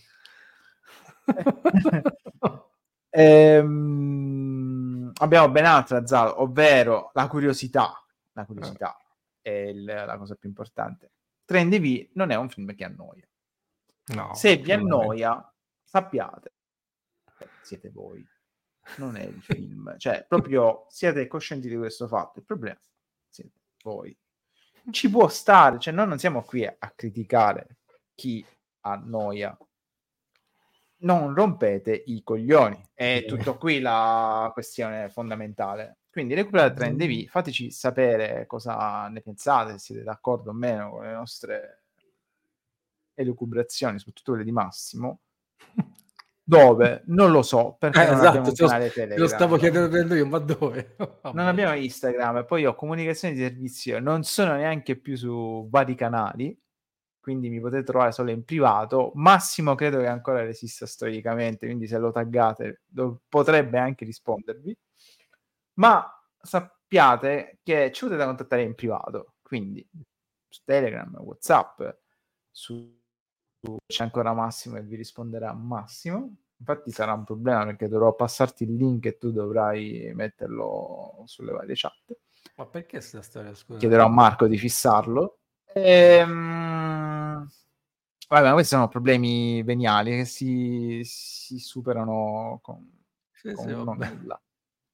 Ehm, abbiamo ben altro alzato, ovvero la curiosità. La Eh, curiosità è il- la cosa più importante. Train D V non è un film che annoia. no, Se vi assolutamente. annoia, sappiate, siete voi, non è il film. Cioè, proprio siete coscienti di questo fatto. Il problema siete voi. Ci può stare, cioè noi non siamo qui a, a criticare chi annoia. Non rompete i coglioni. È tutto qui la questione fondamentale. Quindi recuperate Trend D V, fateci sapere cosa ne pensate, se siete d'accordo o meno con le nostre elucubrazioni, soprattutto quelle di Massimo. Dove? Non lo so, perché Eh, non abbiamo esatto, un te lo, canale te lo stavo Telegram. chiedendo io, ma dove? Non Vabbè. abbiamo Instagram, poi ho comunicazioni di servizio, non sono neanche più su vari canali, quindi mi potete trovare solo in privato. Massimo credo che ancora resista storicamente, quindi se lo taggate do- potrebbe anche rispondervi. Ma sappiate che ci potete contattare in privato, quindi su Telegram, WhatsApp, su, su c'è ancora Massimo e vi risponderà Massimo. Infatti sarà un problema perché dovrò passarti il link e tu dovrai metterlo sulle varie chat. Ma perché sta storia, scusa? Chiederò a Marco di fissarlo. Ehm... Vabbè, ma questi sono problemi veniali che si, si superano con, Sì, sì, con non vabbè. nulla.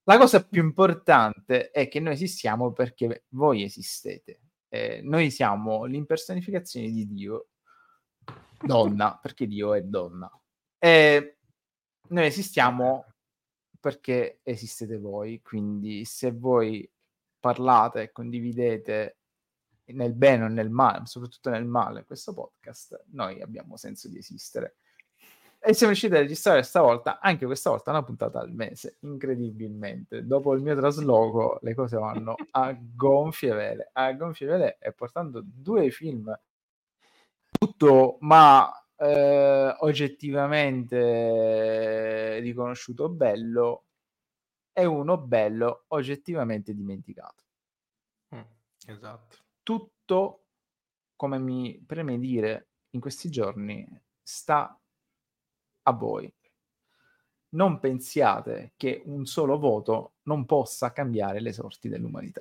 La cosa più importante è che noi esistiamo perché voi esistete. Eh, noi siamo l'impersonificazione di Dio, donna, perché Dio è donna. E noi esistiamo perché esistete voi, quindi se voi parlate e condividete nel bene o nel male, soprattutto nel male, questo podcast, noi abbiamo senso di esistere. E siamo riusciti a registrare stavolta, anche questa volta, una puntata al mese, incredibilmente. Dopo il mio trasloco le cose vanno a gonfie vele, a gonfie vele, e portando due film tutto, ma eh, oggettivamente riconosciuto bello, e uno bello oggettivamente dimenticato. Mm, esatto. Tutto, come mi preme dire in questi giorni, sta a voi. Non pensiate che un solo voto non possa cambiare le sorti dell'umanità.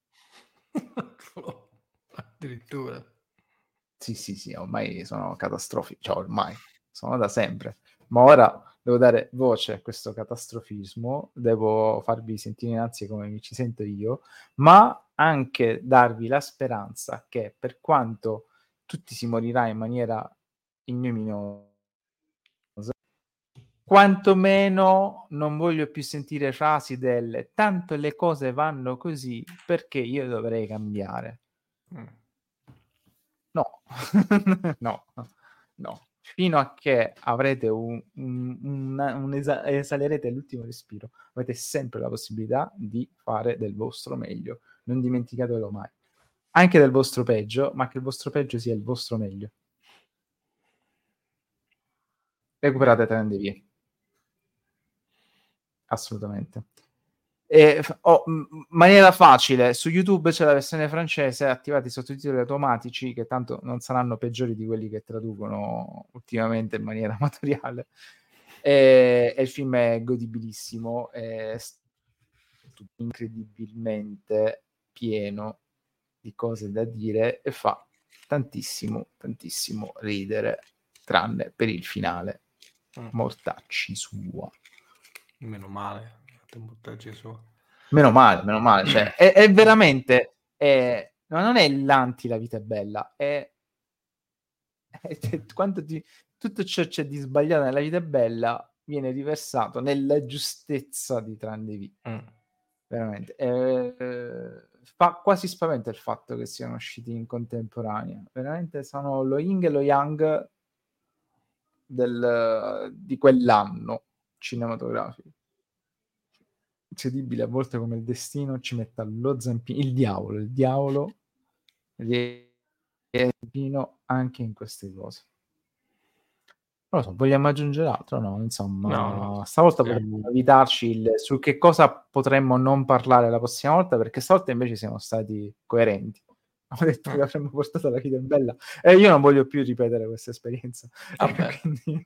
Addirittura. Sì, sì, sì, ormai sono catastrofici, cioè ormai, sono da sempre. Ma ora devo dare voce a questo catastrofismo, devo farvi sentire in ansia come mi ci sento io, ma anche darvi la speranza che, per quanto tutti si morirà in maniera ignominiosa, quantomeno non voglio più sentire frasi del tanto le cose vanno così perché io dovrei cambiare. Mm. No, no, no. Fino a che avrete un, un, un, un esa- esalerete l'ultimo respiro, avete sempre la possibilità di fare del vostro meglio. Non dimenticatelo mai. Anche del vostro peggio, ma che il vostro peggio sia il vostro meglio. Recuperate Trend assolutamente. E, oh, in maniera facile, su YouTube c'è la versione francese, attivate i sottotitoli automatici che tanto non saranno peggiori di quelli che traducono ultimamente in maniera amatoriale, e, e il film è godibilissimo, è incredibilmente pieno di cose da dire e fa tantissimo tantissimo ridere, tranne per il finale. Mm. Mortacci sua. Meno male, mortacci sua. Meno male, meno male, cioè, è, è veramente, è, ma non è l'anti La vita è bella, è, è, è quanto ti, tutto ciò c'è di sbagliato nella vita è bella viene riversato nella giustezza di Trandevi. Mm. Veramente. Eh, fa quasi spaventa il fatto che siano usciti in contemporanea. Veramente sono lo yin e lo yang del, di quell'anno cinematografico. Incredibile, a volte come il destino ci metta lo zampino, il diavolo, il diavolo zampino anche in queste cose. Non lo so, vogliamo aggiungere altro? No, insomma, no, no. stavolta siamo... potremmo evitarci il, su che cosa potremmo non parlare la prossima volta, perché stavolta invece siamo stati coerenti. Abbiamo detto mm. che avremmo portato la vita bella e io non voglio più ripetere questa esperienza. Quindi...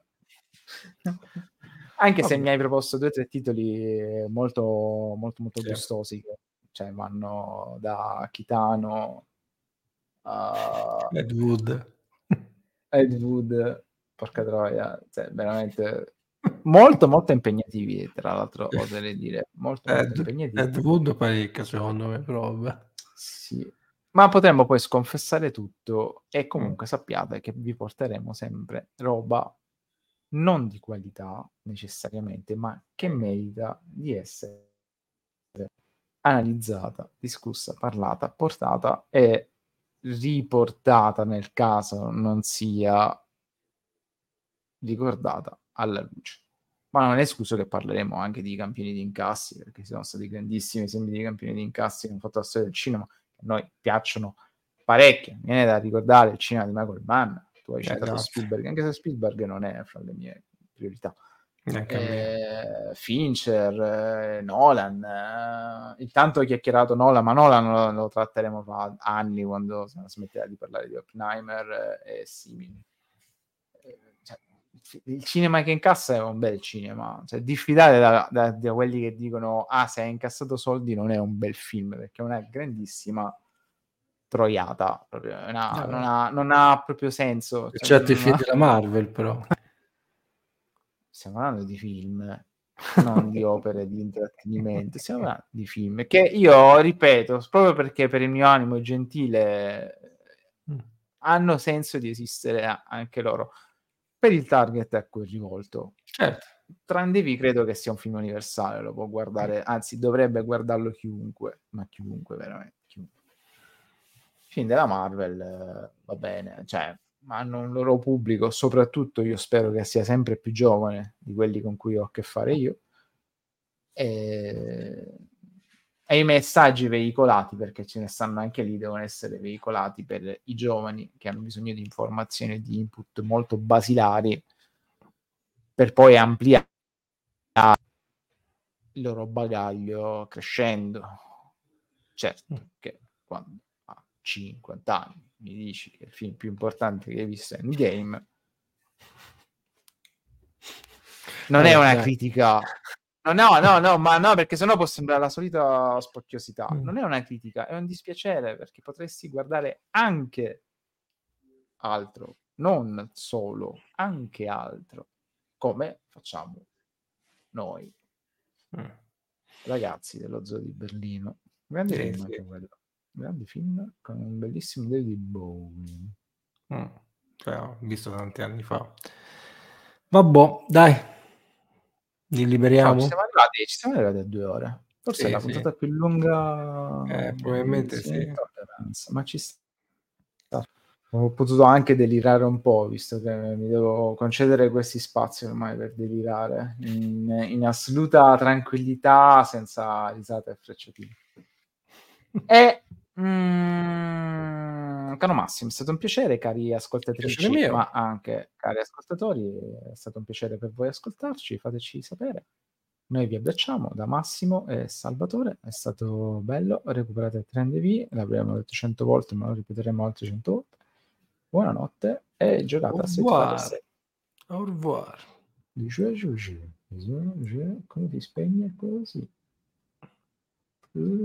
Anche se mi hai proposto due o tre titoli molto, molto, molto sì. gustosi, cioè vanno da Kitano a Ed Wood. Ed Wood, porca troia, cioè veramente molto, molto impegnativi, tra l'altro oserei dire, molto, molto Ed, impegnativi. Ed Wood parecchio, secondo me, però. Sì. Ma potremmo poi sconfessare tutto e comunque mm. sappiate che vi porteremo sempre roba non di qualità necessariamente, ma che merita di essere analizzata, discussa, parlata, portata e riportata nel caso non sia ricordata alla luce. Ma non è escluso che parleremo anche di campioni di incassi, perché sono stati grandissimi esempi di campioni di incassi che hanno fatto la storia del cinema, che a noi piacciono parecchio. Mi viene da ricordare il cinema di Michael Mann. Tu hai citato esatto. Spielberg, anche se Spielberg non è fra le mie priorità. Eh, Fincher, eh, Nolan, eh, intanto ho chiacchierato Nolan, ma Nolan lo, lo tratteremo fra anni quando smetterà di parlare di Oppenheimer eh, e simili. Eh, cioè, il cinema che incassa è un bel cinema, cioè, diffidate da, da, da quelli che dicono ah, se hai incassato soldi non è un bel film, perché è una grandissima troiata, proprio, una, no, non, ha, non ha proprio senso. Certi film della Marvel, però. Stiamo parlando di film non di opere di intrattenimento, stiamo parlando di film che io ripeto, proprio perché per il mio animo gentile Mm. hanno senso di esistere anche loro. Per il target a cui è rivolto, Certo. Trandevi credo che sia un film universale, lo può guardare, anzi dovrebbe guardarlo chiunque, ma chiunque veramente, chiunque. Film della Marvel, eh, va bene, cioè hanno un loro pubblico, soprattutto io spero che sia sempre più giovane di quelli con cui ho a che fare io, e, e i messaggi veicolati, perché ce ne stanno anche lì, devono essere veicolati per i giovani che hanno bisogno di informazioni e di input molto basilari per poi ampliare il loro bagaglio crescendo. Certo che quando a cinquanta anni mi dici che il film più importante che hai visto è Endgame, non Vabbè, è una dai. critica, no no no no ma no, perché sennò può sembrare la solita spocchiosità, Mm. non è una critica, è un dispiacere, perché potresti guardare anche altro, non solo, anche altro, come facciamo noi Mm. ragazzi dello Zoo di Berlino. Grande Sì, film sì. anche quello, grande film con un bellissimo David Bowie. Mm. Cioè, ho visto tanti anni fa. Vabbè, dai, li No, ci liberiamo? siamo arrivati, ci siamo arrivati a due ore. Forse è Sì, la sì. puntata più lunga Eh, di probabilmente Cinema sì. Intolerance, ma ci sta. Ho potuto anche delirare un po', visto che mi devo concedere questi spazi ormai per delirare, in, in assoluta tranquillità, senza risate e frecciatine. E mm, caro Massimo, è stato un piacere, cari Piacere ascoltatrici, mio. ma anche cari ascoltatori, è stato un piacere per voi ascoltarci, fateci sapere. Noi vi abbracciamo da Massimo e Salvatore, è stato bello, recuperate Trendevi, l'abbiamo detto cento volte, ma lo ripeteremo altre cento volte. Buonanotte e giocate Au a Street Fighter revoir. sei. Au revoir. Dice, come ti spegne così?